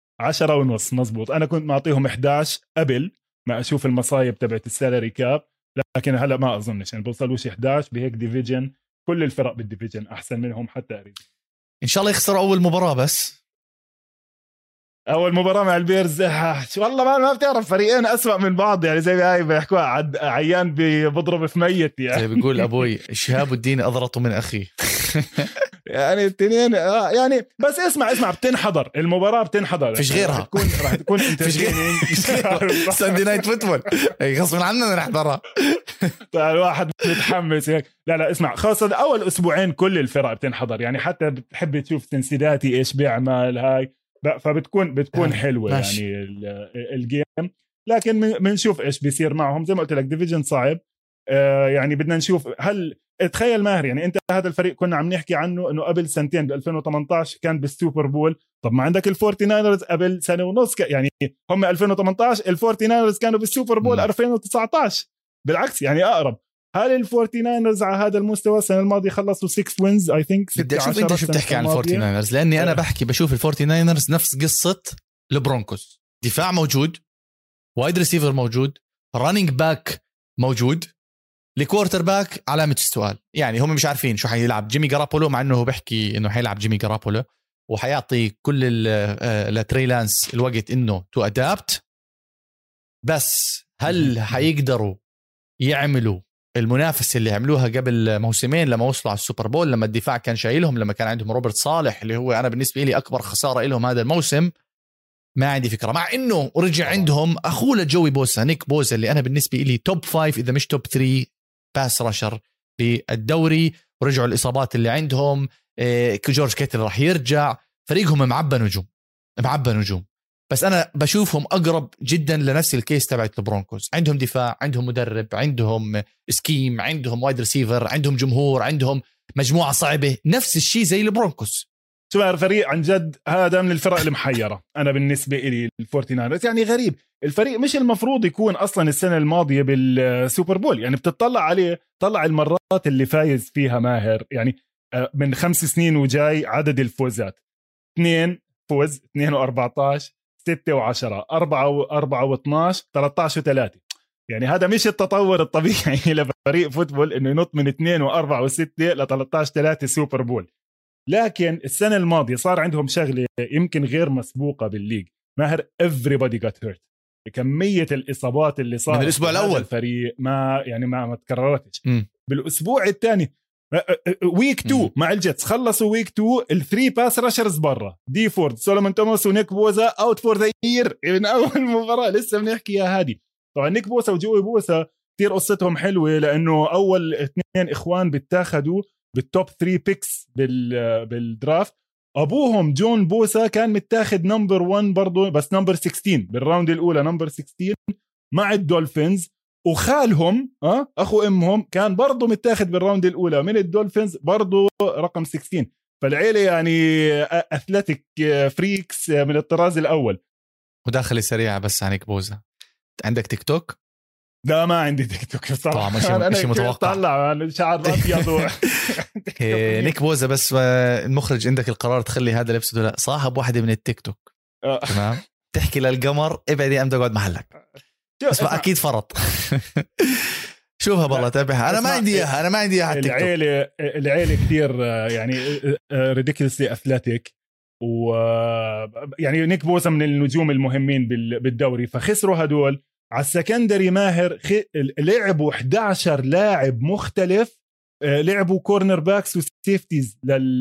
10.5 مزبوط. انا كنت معطيهم 11 قبل ما اشوف المصايب تبعت السالري كاب، لكن هلا ما اظنش يعني بوصلوش 11 بهيك ديفيجن. كل الفرق بالديفيجن احسن منهم حتى أريد. ان شاء الله يخسروا اول مباراه، بس اول مباراه مع البيرز والله ما بتعرف، فريقين اسوأ من بعض يعني، زي هاي بيحكوها عيان بيضرب في ميت يعني. زي بيقول ابوي شهاب الدين اضرط من اخي. يعني الاثنين يعني. بس اسمع بتنحضر المباراه، بتنحضر فيش غيرها، راح تكون انترتينينج ساندي نايت فوتبول غصب عننا نحضرها. الواحد متحمس هيك. لا اسمع، خاصه اول اسبوعين كل الفرق بتنحضر يعني، حتى بتحب تشوف سنسيداتي ايش بيعمل هاي، فبتكون حلوه ماشي. يعني الجيم. لكن بنشوف ايش بيصير معهم. زي ما قلت لك ديفيجن صعب يعني، بدنا نشوف. هل تخيل ماهر يعني انت هذا الفريق كنا عم نحكي عنه انه قبل سنتين ب 2018 كان بالسوبر بول. طب ما عندك ال49ers قبل سنه ونص يعني هم 2018 ال49ers كانوا بالسوبر بول 2019 بالعكس يعني اقرب. هل ال49ers على هذا المستوى؟ السنه الماضيه خلصوا 6 وينز اي ثينك. انت شو بتحكي عن ال49ers؟ لاني انا بشوف ال49ers نفس قصه البرونكوس. دفاع موجود، وايد ريسيفر موجود، رانينج باك موجود، الكوارتر باك علامة السؤال. يعني هم مش عارفين شو حيلعب جيمي جارابولو، مع انه هو بيحكي انه حيلعب جيمي جارابولو وحيعطي كل لتري لانس الوقت انه تو ادابت. بس هل حيقدروا يعملوا المنافسة اللي عملوها قبل موسمين لما وصلوا على السوبر بول، لما الدفاع كان شايلهم، لما كان عندهم روبرت صالح اللي هو انا بالنسبة لي اكبر خسارة لهم هذا الموسم؟ ما عندي فكرة. مع انه رجع عندهم اخوه لجوي بوسا، نيك بوسا، اللي انا بالنسبة لي توب 5 اذا مش توب 3 باس راشر بالدوري، ورجعوا الإصابات اللي عندهم. جورج كيتل راح يرجع، فريقهم معبى نجوم. بس أنا بشوفهم أقرب جدا لنفس الكيس تبعت البرونكوز. عندهم دفاع، عندهم مدرب، عندهم سكيم، عندهم وايد ريسيفر، عندهم جمهور، عندهم مجموعة صعبة. نفس الشيء زي البرونكوز. شو الفريق عن جد هذا من الفرق المحيرة. أنا بالنسبة إلي ال49ers يعني غريب. الفريق مش المفروض يكون أصلا السنة الماضية بالسوبر بول يعني. بتطلع عليه، طلع المرات اللي فايز فيها ماهر يعني من 5 سنين وجاي، عدد الفوزات 2 فوز، 2 و14، 6 و10، 4 و12، 13 و3. يعني هذا مش التطور الطبيعي لفريق فوتبول إنه ينط من 2 و4 و6 ل 13-3 سوبر بول. لكن السنة الماضية صار عندهم شغلة يمكن غير مسبوقة بالليج ماهر. everybody got hurt. بكميه الاصابات اللي صارت من الاسبوع الاول الفريق ما تكررتش. بالاسبوع الثاني ويك 2 مع الجيتس خلصوا ويك 2 الثري باس راشرز برا، دي فورد، سولومون توماس ونيك بوزا اوت فور ذا يير من اول مباراه. لسه بنحكي يا هادي. طبعا نيك بوزا وجوي بوزا كثير قصتهم حلوه، لانه اول 2 اخوان بيتاخدوا بالتوب 3 بيكس بالدرافت. ابوهم جون بوسا كان متاخد نمبر 1 برضه، بس نمبر 16 بالراوند الاولى، نمبر 16 مع الدولفينز. وخالهم اخو امهم كان برضه متاخد بالراوند الاولى من الدولفينز برضه رقم 16. فالعيله يعني اثليتيك فريكس من الطراز الاول. مداخله سريعه بس عنك بوزا، عندك تيك توك؟ لا ما عندي تيك توك بصراحه. طبعا مش متوقع. طلع شعر ابيض نيك بوزا، بس المخرج عندك القرار تخلي هذا لبسه لا صاحب واحده من التيك توك. تمام، تحكي للقمر ابعدي أم تقعد محلك، بس اكيد فرط. شوفها بالله تابعها. انا ما عندي اياها العيله كثير يعني ريديكولسلي اثليتيك، و يعني نيك بوزا من النجوم المهمين بالدوري. فخسروا هدول على السكندري. ماهر لعبوا 11 لاعب مختلف، لعبوا كورنر باكس وسيفتيز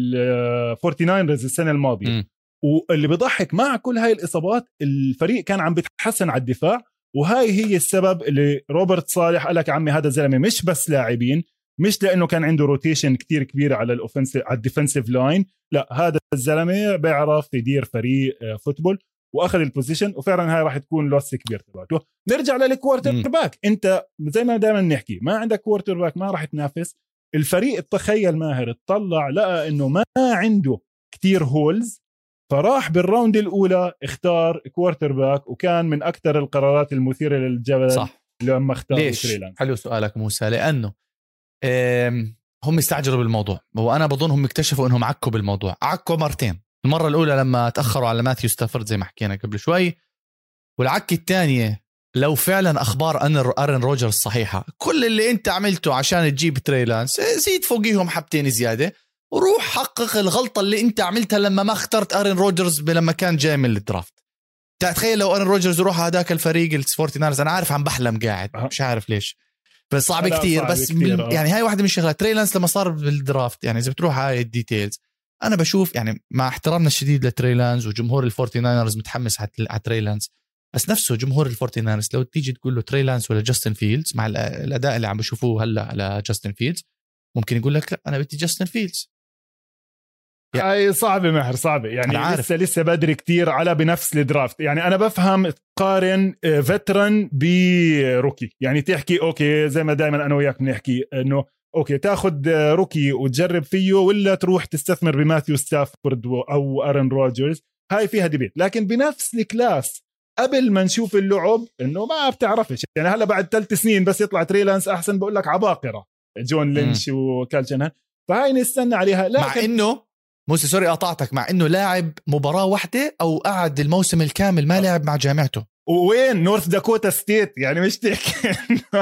لل49رز السنه الماضيه. واللي بيضحك مع كل هاي الاصابات الفريق كان عم بيتحسن على الدفاع، وهاي هي السبب اللي روبرت صالح قال لك عمي هذا الزلمه مش بس لاعبين، مش لانه كان عنده روتيشن كتير كبير على الاوفنسيف على الديفنسيف لاين، لا هذا الزلمه بيعرف يدير فريق فوتبول واخذ البوزيشن. وفعلا هاي راح تكون لوس كبير تبعته. نرجع للكوارتر باك. انت زي ما دائما نحكي ما عندك كوارتر باك ما راح تنافس. الفريق تخيل ماهر اطلع لقى انه ما عنده كتير هولز، فراح بالراوند الاولى اختار كوارتر باك، وكان من اكثر القرارات المثيره للجدل. صح، لما اختار تريلانس. حلو سؤالك موسى، لانه هم استعجلوا بالموضوع، وانا بظن هم اكتشفوا انهم عكوا بالموضوع. عكوا مرتين، المره الاولى لما تاخروا على ماثيو ستافورد زي ما حكينا قبل شوي، والعكه الثانيه لو فعلا اخبار ارن روجرز صحيحه، كل اللي انت عملته عشان تجيب تريلانس زيد فوقيهم حبتين زياده وروح حقق الغلطه اللي انت عملتها لما ما اخترت ارن روجرز لما كان جاي من الدرافت. تخيل لو ارن روجرز يروح هذاك الفريق الفورتينارز، انا عارف عم بحلم قاعد مش عارف ليش، بس صعب كتير. بس يعني هاي واحدة من الشغلات. تريلانس لما صار بالدرافت، يعني إذا بتروح هاي الديتيلز، أنا بشوف يعني مع احترامنا الشديد لتريلانس وجمهور الفورتيناينرز متحمس على تريلانس، بس نفسه جمهور الفورتيناينرز لو تيجي تقول له تريلانس ولا جاستن فيلدز مع الأداء اللي عم بشوفوه هلا على جاستن فيلدز، ممكن يقول لك لا أنا بدي جاستن فيلدز. هاي صعبة ماهر، صعبة يعني لسه بدري كتير على بنفس الدرافت. يعني أنا بفهم تقارن فترن بروكي، يعني تحكي أوكي زي ما دايما أنا وياك بنحكي إنه أوكي تاخد روكي وتجرب فيه، ولا تروح تستثمر بماثيو ستافورد أو أرن روجرز. هاي فيها ديبيت، لكن بنفس الكلاس قبل ما نشوف اللعب إنه ما بتعرفش. يعني هلا بعد 3 سنين بس يطلع تريلانس أحسن، بقول لك عباقرة جون لينش وكالشنهان، فهاي نستنى عليها. لكن مع إنه موسى سوري قاطعتك، مع انه لاعب مباراة واحدة او قعد الموسم الكامل ما لعب مع جامعته. وين نورث داكوتا ستيت، يعني مش تحكي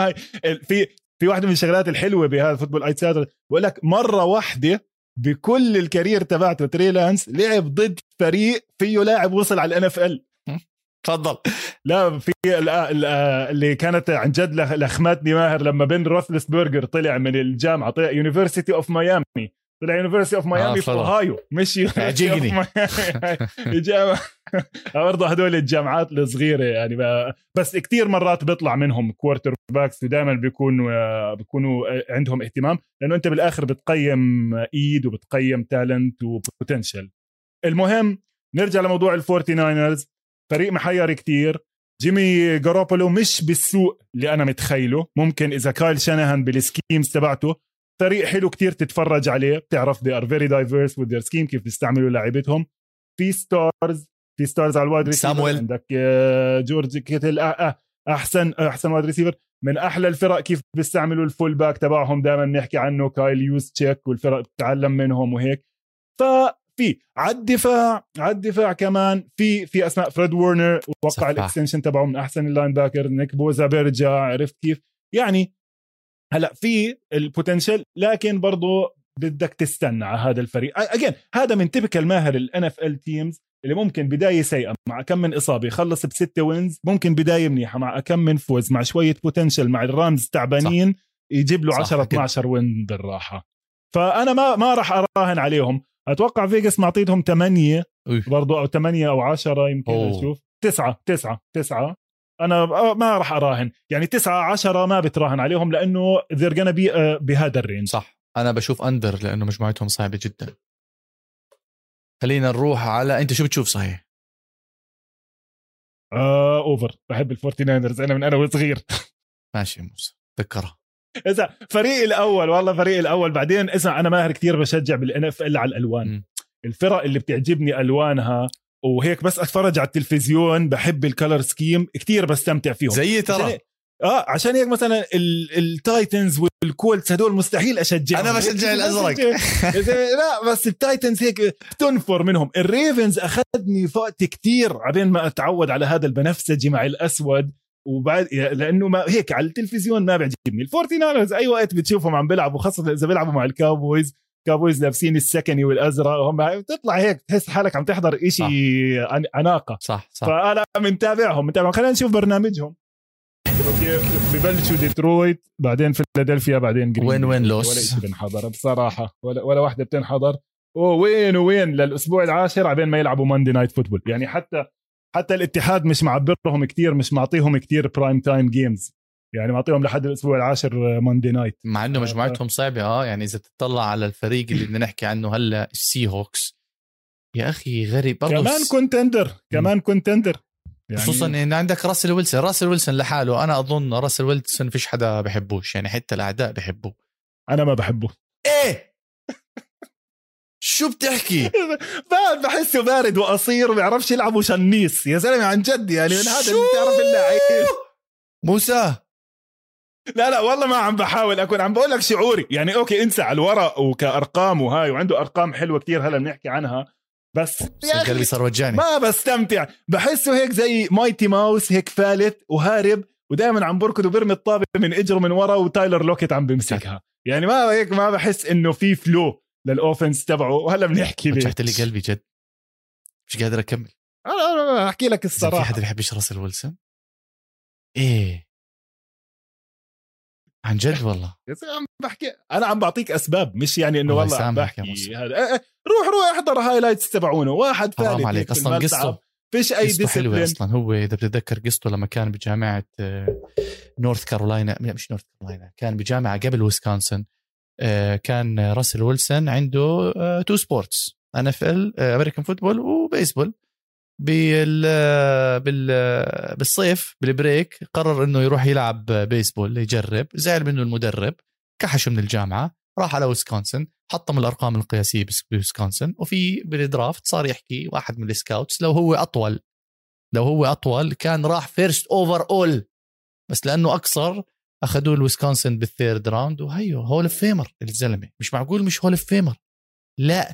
في واحدة من الشغلات الحلوة بهذا فوتبول ايتسايدر، بقول لك مرة واحدة بكل الكارير تبعته تريلانس لعب ضد فريق فيه لاعب وصل على الNFL. تفضل. لا في اللي كانت عن جد لخماتني ماهر لما بن روثلسبرجر طلع من الجامعة، طلع يونيفرسيتي اوف ميامي، طلع يونيفرسيتي اوف ميامي في اوهايو، مش يعجبني الجامعة. برضه هدول الجامعات الصغيرة يعني بس كتير مرات بيطلع منهم كوارتر باكس، ودائما بيكونوا عندهم اهتمام، لأنه أنت بالآخر بتقيم إيد وبتقيم تالنت وبوتنشل. المهم نرجع لموضوع الفورتيناينرز. فريق محير كتير. جيمي جاروبولو مش بالسوق اللي أنا متخيله، ممكن إذا كايل شانهان بالسكيمز تبعته. فريق حلو كتير تتفرج عليه، بتعرف they are very diverse with their scheme، كيف بيستعملوا لاعبتهم. في ستارز على الوايد ريسيفر، عندك جورج كيتل احسن واد ريسيفر من احلى الفرق. كيف بيستعملوا الفول باك تبعهم دائما نحكي عنه كايل يوزتشيك، والفرق بتتعلم منهم وهيك. ففي على الدفاع كمان في اسماء. فريد وورنر وقع الاكستنشن تبعه من احسن اللاين باكر. نيك بوزا بيرجع، عرفت كيف يعني. هلا في البوتنشل، لكن برضو بدك تستنى على هذا الفريق. أجين هذا من تبكى الماهر الNFL تيمز اللي ممكن بداية سيئة مع كم من إصابة يخلص ب6 وينز، ممكن بداية منيحة مع كم من فوز، مع شوية بوتنشل مع الرامز تعبانين صح. يجيب له 10-12 وين بالراحة. فأنا ما راح أراهن عليهم. أتوقع فيغاس معطيتهم 8 برضو أو 8 أو 10 يمكن. أشوف 9. أنا ما راح أراهن يعني 9-10 ما بتراهن عليهم لأنه they're gonna be بهذا الرينج. صح أنا بشوف أندر لأنه مجموعتهم صعبة جدا. خلينا نروح على أنت شو بتشوف صحيح؟ أوفر. بحب ال49رز أنا من أنا وصغير. ماشي موسى ذكرها. إذا فريق الأول والله فريق الأول. بعدين إذا أنا ماهر كتير بشجع بالNFL على الألوان. الفرق اللي بتعجبني ألوانها وهيك بس أتفرج على التلفزيون بحب الكالر سكيم كتير بستمتع فيهم زي ترى عشان هيك مثلا التايتنز والكولتس هدول مستحيل أشجع. أنا بشجع الأزرق. لا بس التايتنز هيك تنفر منهم. الريفنز أخذني وقت كتير عبين ما أتعود على هذا البنفسجي مع الأسود وبعد لأنه ما هيك على التلفزيون ما بيعجبني. ال49رز أي وقت بتشوفهم عم بيلعبوا خاصة إذا بيلعبوا مع الكاوبويز لابسين السكني والأزرق وهم تطلع هيك تحس حالك عم تحضر إشي عناقة. صح فأنا منتابعهم. خلينا نشوف برنامجهم. ببلشوا ديترويت بعدين فيلادلفيا بعدين جرين. وين لوس ولا إشي بنحضر بصراحة ولا واحدة بتنحضر. وين للأسبوع العاشر عبين ما يلعبوا ماندي نايت فوتبول. يعني حتى الاتحاد مش معبرهم كتير مش معطيهم كتير برايم تايم جيمز. يعني معطيهم لحد الأسبوع العاشر ماندي نايت مع إنه مجموعتهم صعبة. يعني إذا تطلع على الفريق اللي بدنا نحكي عنه هلا السي هوكس يا أخي غريب كمان كونتندر يعني خصوصا إن عندك راسل ويلسون لحاله. أنا أظن راسل ويلسون فيش حدا بحبوش يعني حتى الأعداء بحبوه. أنا ما بحبه. إيه شو بتحكي؟ بحسه بارد وقصير وبيعرفش يلعبوا شنيس يا زلمة عن جد. يعني من هذا اللي بتعرف اللاعبين موسى. لا والله ما عم بحاول أكون عم بقول لك شعوري. يعني أوكي انسى على الورق وكأرقام وهاي وعنده أرقام حلوة كتير هلا بنحكي عنها بس قلبي صار وجاني. ما بستمتع. بحسه هيك زي مايتي ماوس هيك فالت وهارب ودائما عم بركض وبرمي الطابة من اجره من ورا وتايلر لوكيت عم بمسكها. يعني ما هيك ما بحس انه في فلو للأوفنس تبعه. وهلا بنحكي ليه رجعت لي قلبي جد مش قادر أكمل. أنا أحكي لك الصراحة. في حدا بيحبش راسل ويلسون؟ إيه عن جد والله عم بحكي أنا عم بعطيك أسباب مش يعني إنه والله عم بحكي هذا. روح احضر هايلايتس تبعونه. واحد ثالث حرام عليك أصلا قصته فيش أي ديسيبلين أصلا. هو إذا بتتذكر قصته لما كان بجامعة نورث كارولاينا مش نورث كارولاينا كان بجامعة قبل ويسكونسن. كان راسل ويلسون عنده 2 سبورتس NFL أمريكان فوتبول وبيسبول. بالصيف بالبريك قرر انه يروح يلعب بيسبول يجرب. زعل منه المدرب كحشه من الجامعة راح على ويسكونسن حطم الأرقام القياسية بويسكونسن. وفي بالدرافت صار يحكي واحد من السكاوتس لو هو أطول كان راح فيرست اوفر اول بس لأنه أقصر أخذوه الويسكونسن بالثيرد راوند. وهيو هول اوف فيمر الزلمة. مش معقول مش هول اوف فيمر. لا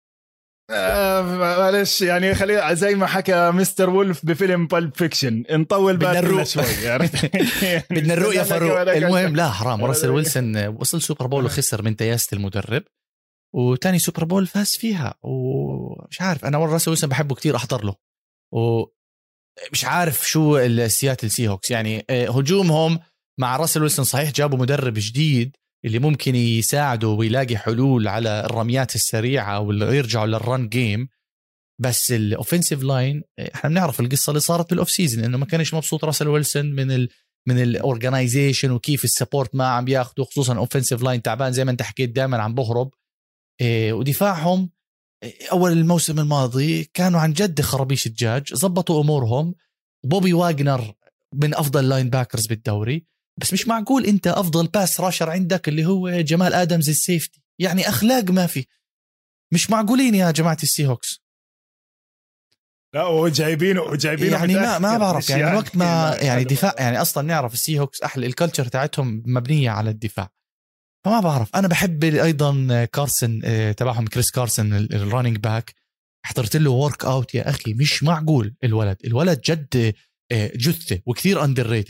معلش يعني خلي زي ما حكى مستر وولف بفيلم بالب فيكشن نطول بالنا شوي. بدنا الرؤية فاروق. المهم لا حرام راسل ويلسون وصل سوبر بول وخسر من تياسة المدرب وتاني سوبر بول فاز فيها. ومش عارف أنا راسل ويلسون بحبه كتير أحضر له. ومش عارف شو السياتل سي هوكس يعني هجومهم مع راسل ويلسون صحيح جابوا مدرب جديد اللي ممكن يساعده ويلاقي حلول على الرميات السريعة ويرجعوا للرن جيم. بس الأوفنسيف لاين احنا بنعرف القصة اللي صارت بالأوف سيزن انه ما كانش مبسوط راسل ويلسون من الأورجانيزيشن وكيف السبورت ما عم بياخده خصوصا أوفنسيف لاين تعبان زي ما انت حكيت دائما عم بهرب. ودفاعهم أول الموسم الماضي كانوا عن جد خرابيش الدجاج. زبطوا أمورهم. بوبي واغنر من أفضل لاين باكرز بالدوري. بس مش معقول انت افضل باس راشر عندك اللي هو جمال ادمز السيفتي. يعني اخلاق ما في. مش معقولين يا جماعه السي هوكس. لا وجايبينه يعني ما بعرف يعني وقت ما يعني دفاع يعني اصلا نعرف السي هوكس احلى الكلتشر تاعتهم مبنيه على الدفاع. فما بعرف. انا بحب ايضا كارسن تبعهم كريس كارسن الرانينج باك. حضرت له ورك اوت يا اخي مش معقول. الولد جد جثه وكثير اندر ريتد.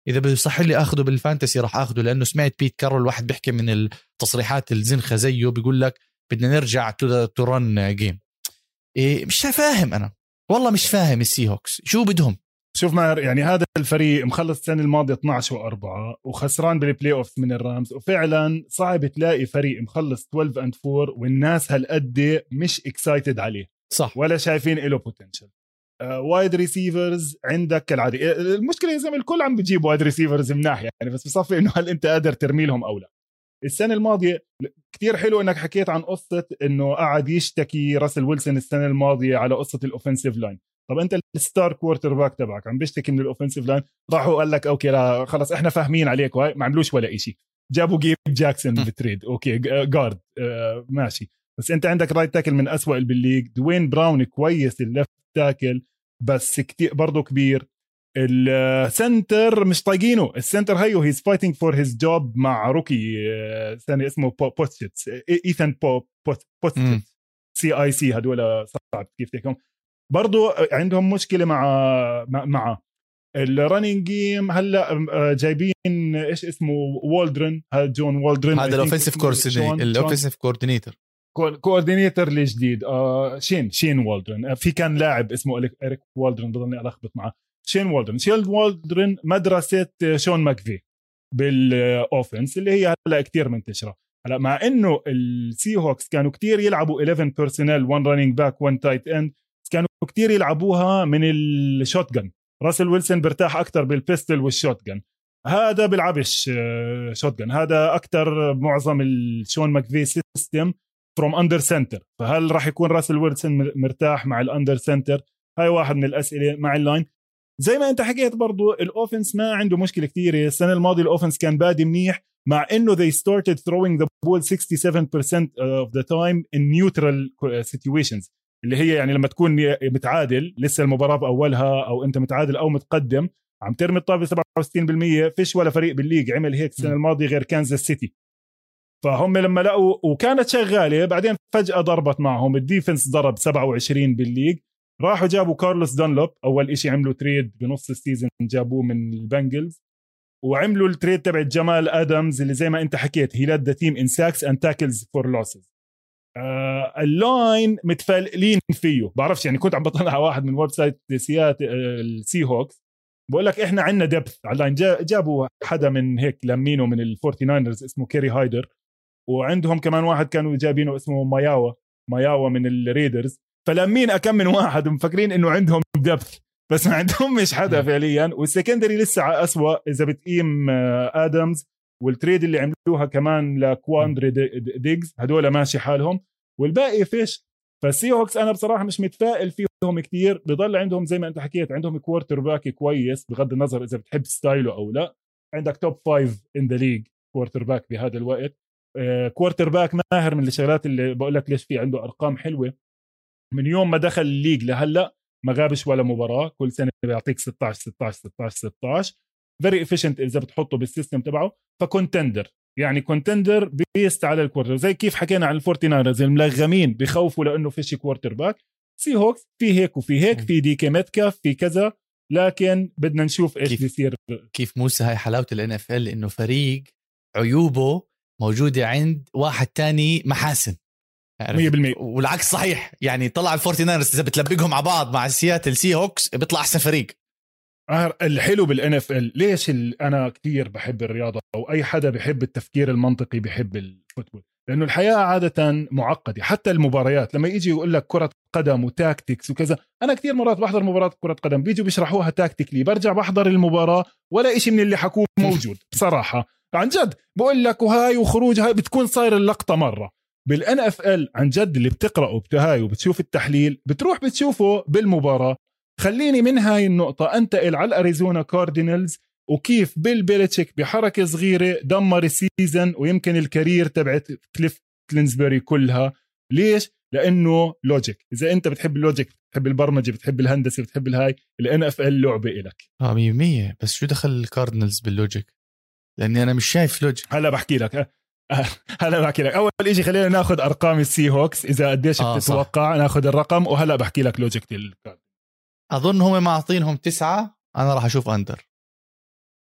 اذا بيصح لي اخذه بالفانتسي راح اخذه، لانه سمعت بيت كارول واحد بيحكي من التصريحات الزنخه زيه بيقول لك بدنا نرجع تو رن جيم. إيه مش فاهم انا والله، مش فاهم السي هوكس شو بدهم. شوف ماهر، يعني هذا الفريق مخلص السنه الماضيه 12-4 وخسران بالبلاي اوف من الرامز، وفعلا صعب تلاقي فريق مخلص 12-4 والناس هالقد مش اكسايتد عليه صح، ولا شايفين له بوتنشل. وايد ريسيفرز عندك كالعاده، المشكله زي ما الكل عم بتجيب وايد ريسيفرز من ناحيه يعني، بس بصفي انه هل انت قادر ترمي لهم او لا. السنه الماضيه كتير حلو انك حكيت عن قصه انه قاعد يشتكي راسل ويلسون السنه الماضيه على قصه الاوفنسيف لاين. طب انت الستار كوارتر باك تبعك عم بيشتكي من الاوفنسيف لاين، راحوا قال لك اوكي لا خلص احنا فاهمين عليك، وهي ما عملوش ولا إشي، جابوا جيب جاكسون بتريد اوكي جارد ماشي، بس انت عندك رايت تاكل من أسوأ بالليج، دوين براون كويس الليفت تاكل بس كتير برضو كبير، السنتر مش طايقينه، السنتر هيو هيز فايتنج فور هيز جوب مع روكي ثاني اسمه بوتشيتس، ايثان بوتشيتس CIC هدول صعب كيف تحكيهم. برضو عندهم مشكله مع الرننج جيم. هلا جايبين ايش اسمه والدرن، هذا جون والدرن، هذا الاوفنسيف كوردينيتور الجديد. شين والدرن. في كان لاعب اسمه إريك والدرن بضلني ألخبط معه. شين والدرن مدرسة شون ماكفي بالأوفنس اللي هي هلا كتير منتشرة. هلا مع إنه السي هوكس كانوا كتير يلعبوا 11 بيرسونيل 1 رانينج باك 1 تايت اند، كانوا كتير يلعبوها من الشوت جن. راسل ويلسون برتاح أكتر بالبيستل والشوت جن، هذا بلعبش شوت جن، هذا أكتر معظم الشون ماكفي سيستم فروم أندر سنتر. فهل راح يكون راسل ويلسون مرتاح مع الأندر سنتر؟ هاي واحد من الأسئلة. مع اللاين زي ما انت حكيت برضو الاوفنس ما عنده مشكله كتير. السنه الماضيه الاوفنس كان بادي منيح، مع انه they started throwing the ball 67% of the time in neutral situations، اللي هي يعني لما تكون متعادل لسه المباراه باولها او انت متعادل او متقدم عم ترمي الطابه 67%. فيش ولا فريق بالليج عمل هيك السنه الماضيه غير كانزاس سيتي. فهم لما لقوا وكانت شغاله بعدين فجاه ضربت معهم، الديفنس ضرب 27 بالليج، راحوا جابوا كارلوس دانلوب. أول إشي عملوا تريد بنص السيزن، جابوه من البنجلز، وعملوا التريد تبع جمال آدمز اللي زي ما أنت حكيت he led the team in sacks and tackles for losses. اللاين متفائلين فيه، بعرفش يعني كنت عم بطلع على واحد من ويب سايت سيات السي هوكس بقول لك إحنا عنا دبث على اللاين. جابوا حدا من هيك لمينه من الفورتي-ناينرز اسمه كيري هايدر، وعندهم كمان واحد كانوا جابينه اسمه ماياوا من الريدرز. فلمين أكم من واحد ومفكرين إنه عندهم دبث بس ما عندهم مش حدا فعليا. والسكندري لسه أسوأ إذا بتقيم آدمز والتريد اللي عملوها كمان لكواندري ديجز، هدول ماشي حالهم والباقي فيش. فالسي هوكس أنا بصراحة مش متفائل فيهم كتير. بضل عندهم زي ما أنت حكيت عندهم كوارتر باك كويس بغض النظر إذا بتحب ستايله أو لا. عندك توب 5 in the league كوارتر باك بهذا الوقت. كوارتر باك ماهر من الشغلات اللي بقول لك ليش في عنده أرقام حلوة. من يوم ما دخل الليج لهلا ما غابش ولا مباراه، كل سنه بيعطيك 16 فيري افيشنت اذا بتحطه بالسيستم تبعه. فكونتندر يعني كونتندر بيست على الكوارتر، زي كيف حكينا عن الفورتي-ناينرز الملغمين بيخوفوا لانه فيش كوارتر باك. سي هوكس في هيك وفي هيك، في دي كي ميتكاف في كذا، لكن بدنا نشوف ايش بيصير. كيف موسى هاي حلاوه الNFL انه فريق عيوبه موجوده عند واحد تاني محاسن 100%. والعكس صحيح، يعني طلع الفورتي-ناينرز اذا بتلبقهم على بعض مع السياتل سي هوكس بيطلع احسن فريق. الحلو بالNFL ليش انا كتير بحب الرياضه، او اي حدا بحب التفكير المنطقي بحب الفوتبول، لانه الحياه عاده معقده. حتى المباريات لما يجي يقول لك كره قدم وتاكتكس وكذا، انا كتير مرات بحضر مباراه كره قدم بيجوا بيشرحوها تاكتيكلي، برجع بحضر المباراه ولا إشي من اللي حكوه موجود بصراحه عن جد. بقول لك وهاي وخروج هاي بتكون صاير اللقطه مره. بالNFL عن جد اللي بتقرأه بتهاي وبتشوف التحليل بتروح بتشوفه بالمباراة. خليني من هاي النقطة أنتقل على الأريزونا كاردينالز، وكيف بيل بيلتشيك بحركة صغيرة دمر السيزن ويمكن الكارير تبعت كليف كلينزبري كلها. ليش؟ لأنه لوجيك. إذا أنت بتحب اللوجيك، بتحب البرمجة، بتحب الهندسة، بتحب الهاي، الNFL لعبة إلك 100%. بس شو دخل الكاردينالز باللوجيك؟ لأني أنا مش شايف لوجيك. هلا بحكي لك اول شيء خلينا ناخذ ارقام السي هوكس اذا قديش بتتوقع. ناخذ الرقم وهلا بحكي لك لوجيك الكارد. اظن هم معطينهم 9، انا راح اشوف اندر.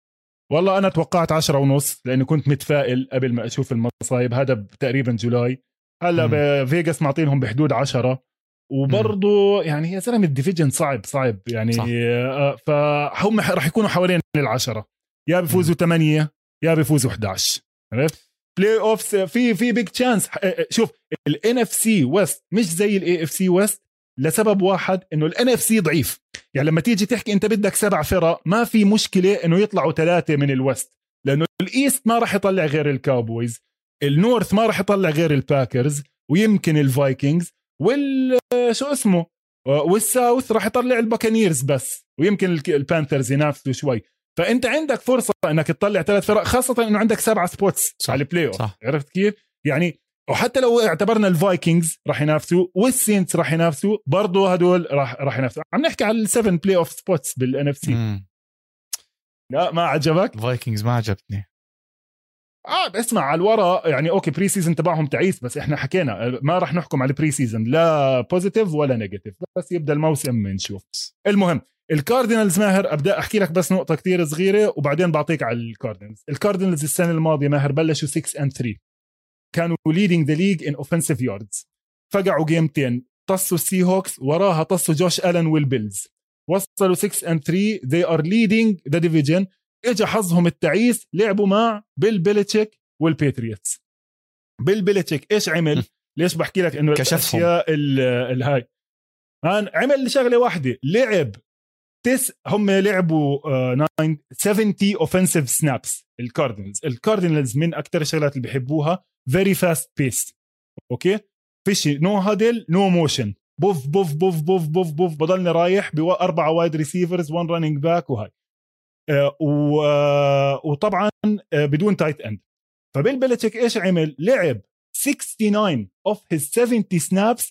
والله أنا توقعت 10.5 لأنه كنت متفائل قبل ما أشوف المصايب. هذا تقريبا جولاي. هلا بفيغاس معطينهم بحدود 10 وبرضه يعني يا زلمه الديفيجن صعب يعني فهم راح يكونوا حوالين 10 يا بيفوزوا 8 يا بيفوزوا 11. عرفت بلاي اوفس في بيج تشانس. شوف الان اف سي ويست مش زي الاي اف سي ويست لسبب واحد انه الان اف سي ضعيف. يعني لما تيجي تحكي انت بدك 7 فرق ما في مشكله انه يطلعوا 3 من الويست لانه الايست ما راح يطلع غير الكاوبويز النورث ما راح يطلع غير الباكرز ويمكن الفايكنجز شو اسمه والساوث راح يطلع الباكانيرز بس ويمكن البانثرز ينافسوا شوي. فانت عندك فرصه انك تطلع 3 فرق خاصه انه عندك 7 سبوتس على البلاي اوف. عرفت كيف يعني؟ وحتى لو اعتبرنا الفايكنجز راح ينافسوا والسينتس راح ينافسوا برضو هدول راح ينافسوا. عم نحكي على ال7 بلاي اوف سبوتس بالان اف سي. لا ما عجبك الفايكنجز؟ ما عجبتني. اسمع على الورا يعني اوكي بري سيزن تبعهم تعيس بس احنا حكينا ما راح نحكم على البري سيزن لا بوزيتيف ولا نيجاتيف بس يبدا الموسم نشوف. المهم الكاردينالز ماهر ابدا احكي لك بس نقطه كتير صغيره وبعدين بعطيك على الكاردينالز السنه الماضيه ماهر بلشوا 6-3 كانوا leading the league in offensive yards. فقعوا جيمتين طصوا السي هوكس وراها طصوا جوش ألن والبيلز وصلوا 6-3 they are leading the division. اجا حظهم التعيس لعبوا مع بيل بيليتشيك والبيتريوتس. بيل بيليتشيك ايش عمل؟ ليش بحكي لك انه الاشياء الهاي عمل شغله واحده لعب هم لعبوا 70 offensive snaps. الكاردينالز من اكثر الشغلات اللي بيحبوها very fast paced. اوكي فيش نو هادل نو موشن بوف بوف بوف بوف بوف بوف بضلني رايح ب4 وايد ريسيفرز 1 رانينج باك وهاي وطبعا بدون تايت اند. فبيل بيليتشيك ايش عمل؟ لعب 69 of his 70 snaps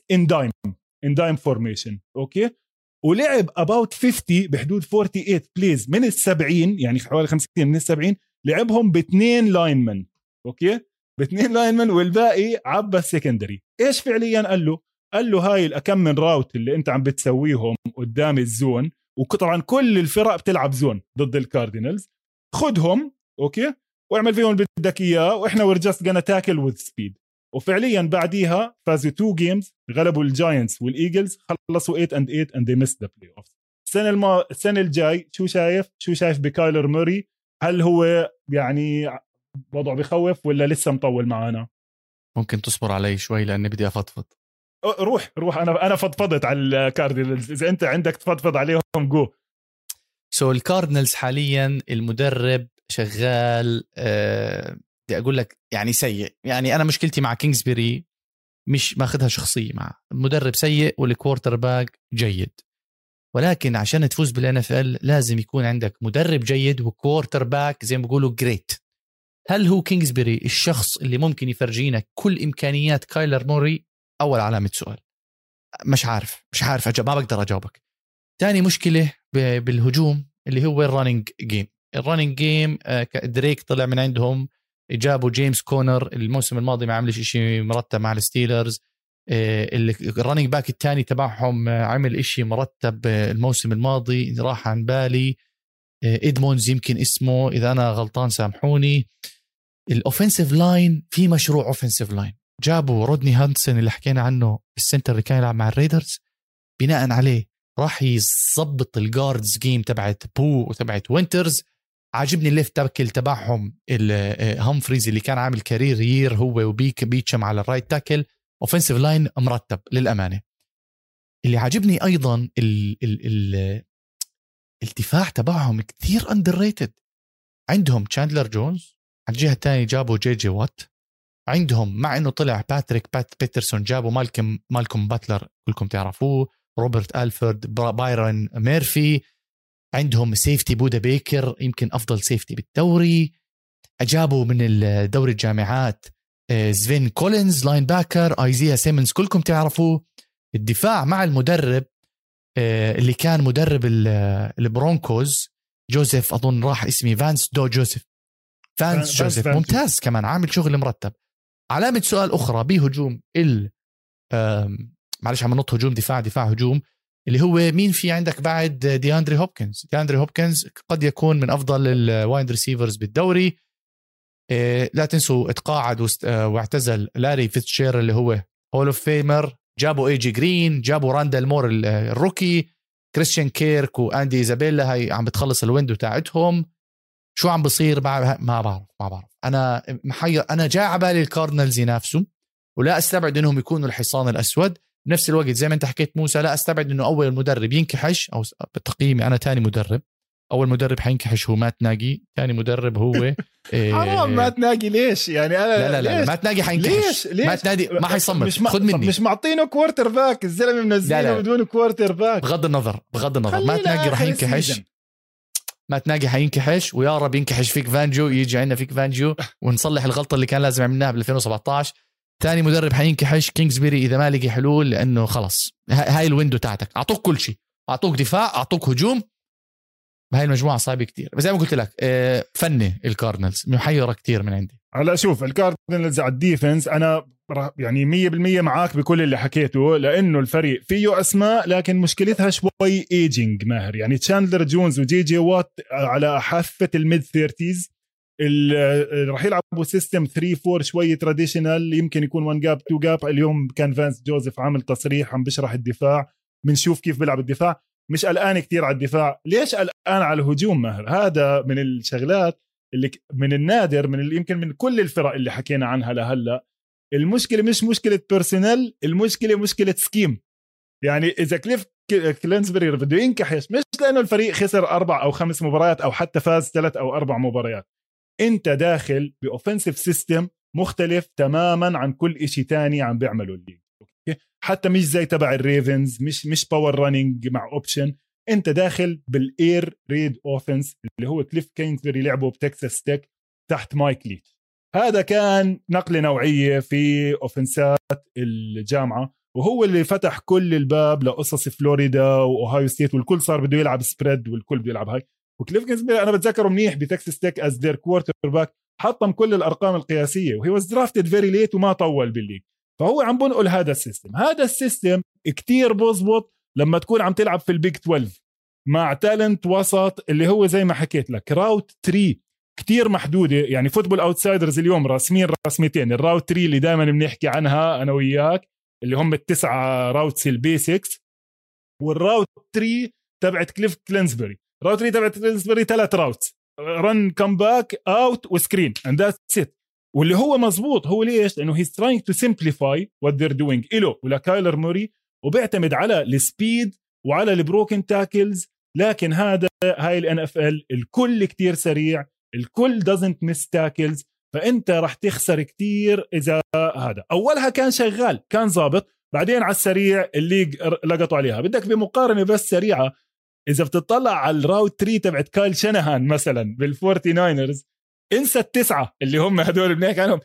in dime formation. اوكي ولعب about 50 بحدود 48 بليز من ال70 يعني حوالي 50 من ال70 لعبهم باثنين لاينمن. اوكي باثنين لاينمن والباقي عبى السكندري. ايش فعليا قال له هاي الأكم من راوت اللي انت عم بتسويهم قدام الزون وطبعا كل الفرق بتلعب زون ضد الكاردينالز خدهم اوكي واعمل فيهم اللي بدك اياه واحنا we're just gonna tackle with speed. وفعليا بعديها فازوا 2 جيمز غلبوا الجاينتس والايجلز خلصوا 8-8 and they missed the playoffs. السنة الجاي شو شايف بكايلر موري؟ هل هو يعني وضعه بخوف ولا لسه مطول معانا؟ ممكن تصبر علي شوي لأني بدي أفضفض. روح أنا فضفضت على الكاردينالز. إذا أنت عندك تفضفض عليهم جو. الكاردينالز حاليا المدرب شغال بدي أقول لك يعني سيء. يعني أنا مشكلتي مع كينغزبري مش ماخذها شخصية معه. المدرب سيء والكوارتر باك جيد ولكن عشان تفوز بالان اف ال لازم يكون عندك مدرب جيد وكوارتر باك زي ما بيقولوا جريت. هل هو كينغزبري الشخص اللي ممكن يفرجينا كل امكانيات كايلر موري؟ اول علامه سؤال. مش عارف ما بقدر اجاوبك. تاني مشكله بالهجوم اللي هو الرننج جيم. دريك طلع من عندهم جابوا جيمس كونر الموسم الماضي ما عملش إشي مرتب مع الستيلرز. الرننج باك الثاني تبعهم عمل إشي مرتب الموسم الماضي راح عن بالي إدمونز يمكن اسمه إذا أنا غلطان سامحوني. الأوفنسيف لاين في مشروع أوفنسيف لاين جابوا رودني هانسون اللي حكينا عنه السنتر اللي كان يلعب مع الريدرز بناء عليه راح يضبط الجاردز جيم تبعت بو وتبعت وينترز. عاجبني الليفت تاكل تبعهم هامفريز اللي كان عامل كارير يير هو بيتشم على الرايت تاكل. اوفنسيف لاين مرتب للأمانة. اللي عاجبني أيضا الدفاع تبعهم كثير اندر ريتد. عندهم تشاندلر جونز على الجهة الثانية جابوا جي وات. عندهم مع انه طلع بات بيترسون جابوا مالكوم باتلر كلكم تعرفوه روبرت ألفرد بايرن ميرفي. عندهم سيفتي بودا بيكر يمكن أفضل سيفتي بالدوري. أجابوا من الدوري الجامعات زفين كولينز لاين باكر ايزيا سيمنز كلكم تعرفوه. الدفاع مع المدرب اللي كان مدرب البرونكوز جوزيف أظن راح اسمي فانس جوزيف ممتاز كمان عامل شغل مرتب. علامة سؤال أخرى بهجوم معلش عم نط هجوم دفاع هجوم. اللي هو مين في عندك بعد دياندري هوبكنز قد يكون من أفضل الوايد ريسيفرز بالدوري. لا تنسوا اتقاعد واعتزل لاري فيتشير اللي هو هول اوف فيمر. جابوا ايجي جرين، جابوا راندال مور الروكي، كريستيان كيرك واندي إيزابيلا هاي عم بتخلص الويندو تاعتهم. شو عم بصير ما بعرف. انا محير. انا جاء على بالي الكاردينالز ينافسوا، ولا استبعد انهم يكونوا الحصان الاسود. بنفس الوقت زي ما انت حكيت موسى، لا استبعد انه اول مدرب ينكحش، او بتقييمي انا تاني مدرب. اول مدرب حينكحش هو مات ناجي، تاني مدرب هو حرام مات ناجي. ليش يعني؟ انا لا مات ناجي حينكحش. مات ناجي ما حيصمم. خذ مني، مش معطينه كوارتر باك الزلمه، منزلينه بدون كوارتر باك. بغض النظر مات ناجي راح ينكحش. مات ناجي حينكحش، ويا رب ينكحش فيك فانجو، يجي عندنا فيك فانجو ونصلح الغلطه اللي كان لازم عملناها بال 2017. ثاني مدرب حينكحش كينغزبيري اذا ما لقي حلول، لانه خلص هاي الويندو تاعتك. اعطوك كل شيء، اعطوك دفاع، اعطوك هجوم. هاي المجموعه صعبه كتير. بس زي ما قلت لك فني الكاردينالز محيره كتير من عندي. هلا شوف الكاردينالز على الديفنس، انا يعني 100% معاك بكل اللي حكيته، لانه الفريق فيه اسماء لكن مشكلتها شوي ايجينج ماهر. يعني تشاندلر جونز وجي جي وات على حافه الميد 30s، راح يلعبوا سيستم 3-4 شوي تراديشنال، يمكن يكون 1 جاب 2 جاب. اليوم كان فانس جوزيف عامل تصريح عم بشرح الدفاع، بنشوف كيف بيلعب الدفاع. مش قلقان كتير على الدفاع. ليش قلقان على الهجوم ماهر؟ هذا من الشغلات اللي من النادر، من اللي يمكن من كل الفرق اللي حكينا عنها لهلا. المشكله مش مشكله بيرسونال، المشكله مشكله سكيم. يعني اذا كليف كلينزبري بده ينكحش، مش لانه الفريق خسر 4 أو 5 مباريات او حتى فاز 3 أو 4 مباريات. انت داخل باوفنسيف سيستم مختلف تماما عن كل إشي تاني عم بيعمله الليج. حتى مش زي تبع الريفنز، مش باور رانينج مع اوبشن. انت داخل بالاير ريد اوفنس اللي هو كليف كينغزبري لعبه بتكساس تك تحت مايك ليتش. هذا كان نقله نوعيه في اوفنسات الجامعه، وهو اللي فتح كل الباب لقصص فلوريدا واوهايو ستيت، والكل صار بده يلعب سبريد والكل بده يلعب هاي. وكليف كينغزبري انا بتذكره منيح بتكساس تك از دير كوارتر باك، حطم كل الارقام القياسيه، وهي واز درافتد فيري ليت وما طول بالليج. فهو عم بنقل هذا السيستم كتير بزبط لما تكون عم تلعب في البيج 12 مع تالنت وسط اللي هو زي ما حكيت لك راوت 3 كتير محدودة. يعني فوتبول اوتسايدرز اليوم رسمين رسمتين، الراوت 3 اللي دائما بنحكي عنها أنا وياك اللي هم ال9 راوتس البيسكس، والراوت 3 تبعت كليف كلينزبري. راوت 3 تبعت كلينزبري 3 راوتس، رن كم باك اوت وسكرين اند ذاتس ات. واللي هو مزبوط. هو ليش؟ لأنه he's trying to simplify what they're doing إله ولا كايلر موري، وبيعتمد على السبيد وعلى البروكن تاكلز. لكن هاي ال NFL الكل كتير سريع، الكل doesn't miss tackles، فأنت رح تخسر كتير إذا هذا. أولها كان شغال كان ضابط، بعدين على السريع الليج لقطوا عليها. بدك بمقارنة بس سريعة، إذا بتطلع على الراوت 3 تبعت كايل شانهان مثلا بالفورتي-9ers، انسى ال9 اللي هم هدول بنحكي عنهم.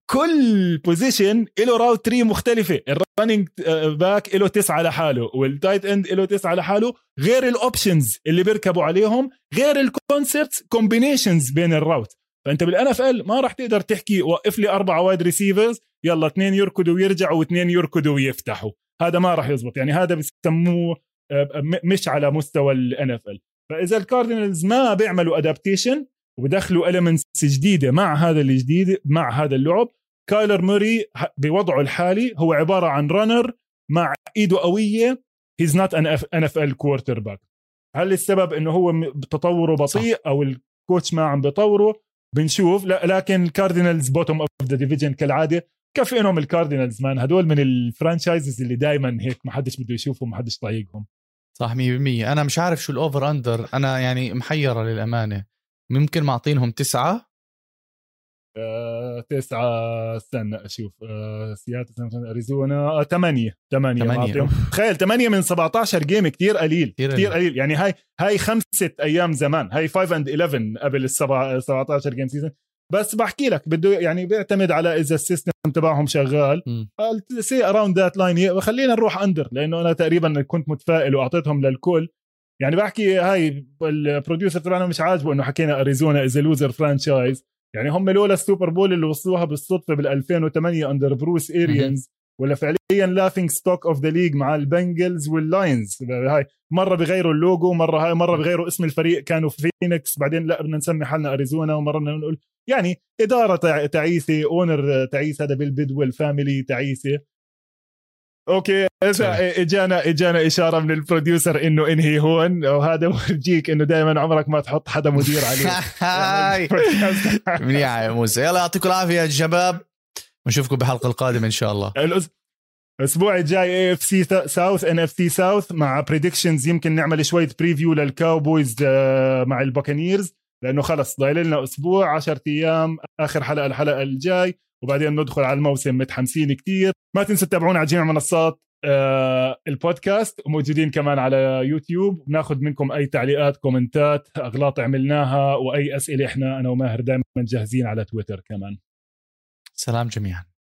كل بوزيشن له راوت 3 مختلفة. الرننج باك له 9 لحاله، والتايت اند له 9 لحاله، غير الاوبشنز اللي بيركبوا عليهم، غير الكونسبتس كومبينيشنز بين الراوت. فانت بالان اف ال ما راح تقدر تحكي وقف لي 4 وايد ريسيفرز يلا 2 يركضوا ويرجعوا و2 يركضوا ويفتحوا. هذا ما راح يزبط. يعني هذا بيسموه مش على مستوى الان اف ال. فاذا الكاردينالز ما بيعملوا ادابتيشن وبدخلوا elements جديدة مع هذا الجديد مع هذا اللعب، كايلر موري بوضعه الحالي هو عبارة عن رانر مع ايده قوية. he's not an NFL quarterback. هل السبب انه هو تطوره بطيء او الكوتش ما عم بيطوره؟ بنشوف. لكن الكاردينالز بوتوم اوف ذا ديفيجن كالعادة. كيف انهم الكاردينالز مان هدول من الفرانشايزز اللي دايما هيك ما حدش بده يشوفهم، ما حدش طايقهم. صح 100%. انا مش عارف شو الاوفر اندر، انا يعني محيرة للأمانة. ممكن معطينهم 9 استنى اشوف. سياتل اريزونا 8 معطيهم. تخيل 8 من 17 جيم كتير قليل. كتير قليل. يعني هاي 5 أيام زمان، هاي 5-11 قبل 17 جيم سيزن. بس بحكي لك بده يعني بيعتمد على اذا السيستم تبعهم شغال. سي اراوند ذات لاين. خلينا نروح اندر، لانه انا تقريبا كنت متفائل واعطيتهم للكل. يعني بحكي هاي البروديوسر تبعنا مش عاجبه انه حكينا اريزونا از لوزر فرانشايز. يعني هم لولا السوبر بول اللي وصلوها بالصدفه بال2008 اندر بروس إيريانز ولا فعليا لافينج ستوك اوف ذا ليج مع البنجلز واللاينز. هاي مره بغيروا اللوجو، مره بغيروا اسم الفريق، كانوا في فينيكس بعدين لا بدنا نسمي حالنا اريزونا، ومره نقول يعني اداره تعيسه، اونر تعيس، هذا بالبدويل فاميلي تعيسه. اوكي اذا اجانا اشاره من البروديوسر انه انهي هون، وهذا ورجيك انه دائما عمرك ما تحط حدا مدير عليه. منيح يا موسى، يلا يعطيكم العافيه يا شباب، ونشوفكم بالحلقه القادمه ان شاء الله. الاسبوع الجاي AFC ساوث NFC ساوث مع بريدكشنز، يمكن نعمل شويه بريفيو للكاوبويز مع الباكانيرز، لانه خلص ضايل لنا اسبوع 10 ايام، اخر الحلقه الجاي، وبعدين ندخل على الموسم. متحمسين كتير. ما تنسوا تتابعونا على جميع منصات البودكاست، وموجودين كمان على يوتيوب. بناخذ منكم اي تعليقات، كومنتات، اغلاط عملناها، واي اسئله احنا انا وماهر دائما جاهزين على تويتر كمان. سلام جميعا.